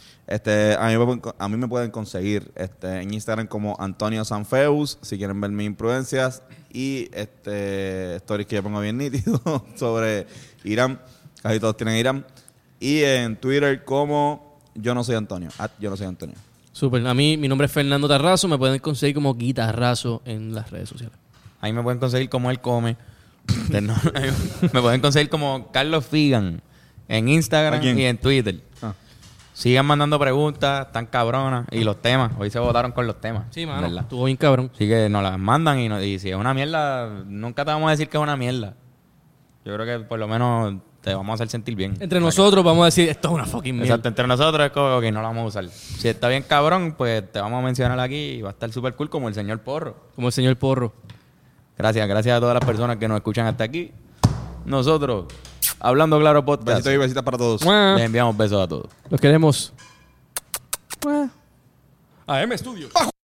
S1: A mí me pueden conseguir en Instagram como Antonio Sanfeus, si quieren ver mis imprudencias y stories que yo pongo bien nítido sobre Irán. Casi todos tienen Irán. Y en Twitter como Yo No Soy Antonio. Yo No Soy Antonio.
S2: Súper. A mí, mi nombre es Fernando Tarrazo. Me pueden conseguir como Guitarrazo en las redes sociales.
S3: Ahí me pueden conseguir como él come. Me pueden conseguir como Carlos Figan en Instagram
S1: ¿A quién?
S3: y en Twitter.
S1: Ah.
S3: Sigan mandando preguntas, tan cabronas. Y los temas. Hoy se votaron con los temas.
S2: Sí, mano.
S3: ¿verdad?
S2: Estuvo bien cabrón.
S3: Así que nos las mandan y si es una mierda, nunca te vamos a decir que es una mierda. Yo creo que por lo menos te vamos a hacer sentir bien.
S2: Entre nosotros vamos a decir, esto es una fucking mierda.
S3: Exacto, entre nosotros es como que no la vamos a usar. Si está bien cabrón, pues te vamos a mencionar aquí y va a estar súper cool como el señor Porro.
S2: Como el señor Porro.
S3: Gracias a todas las personas que nos escuchan hasta aquí. Nosotros Hablando Claro Podcast.
S1: Besitos y besitas para todos.
S3: Les enviamos besos a todos.
S2: Los queremos.
S9: AM Studio.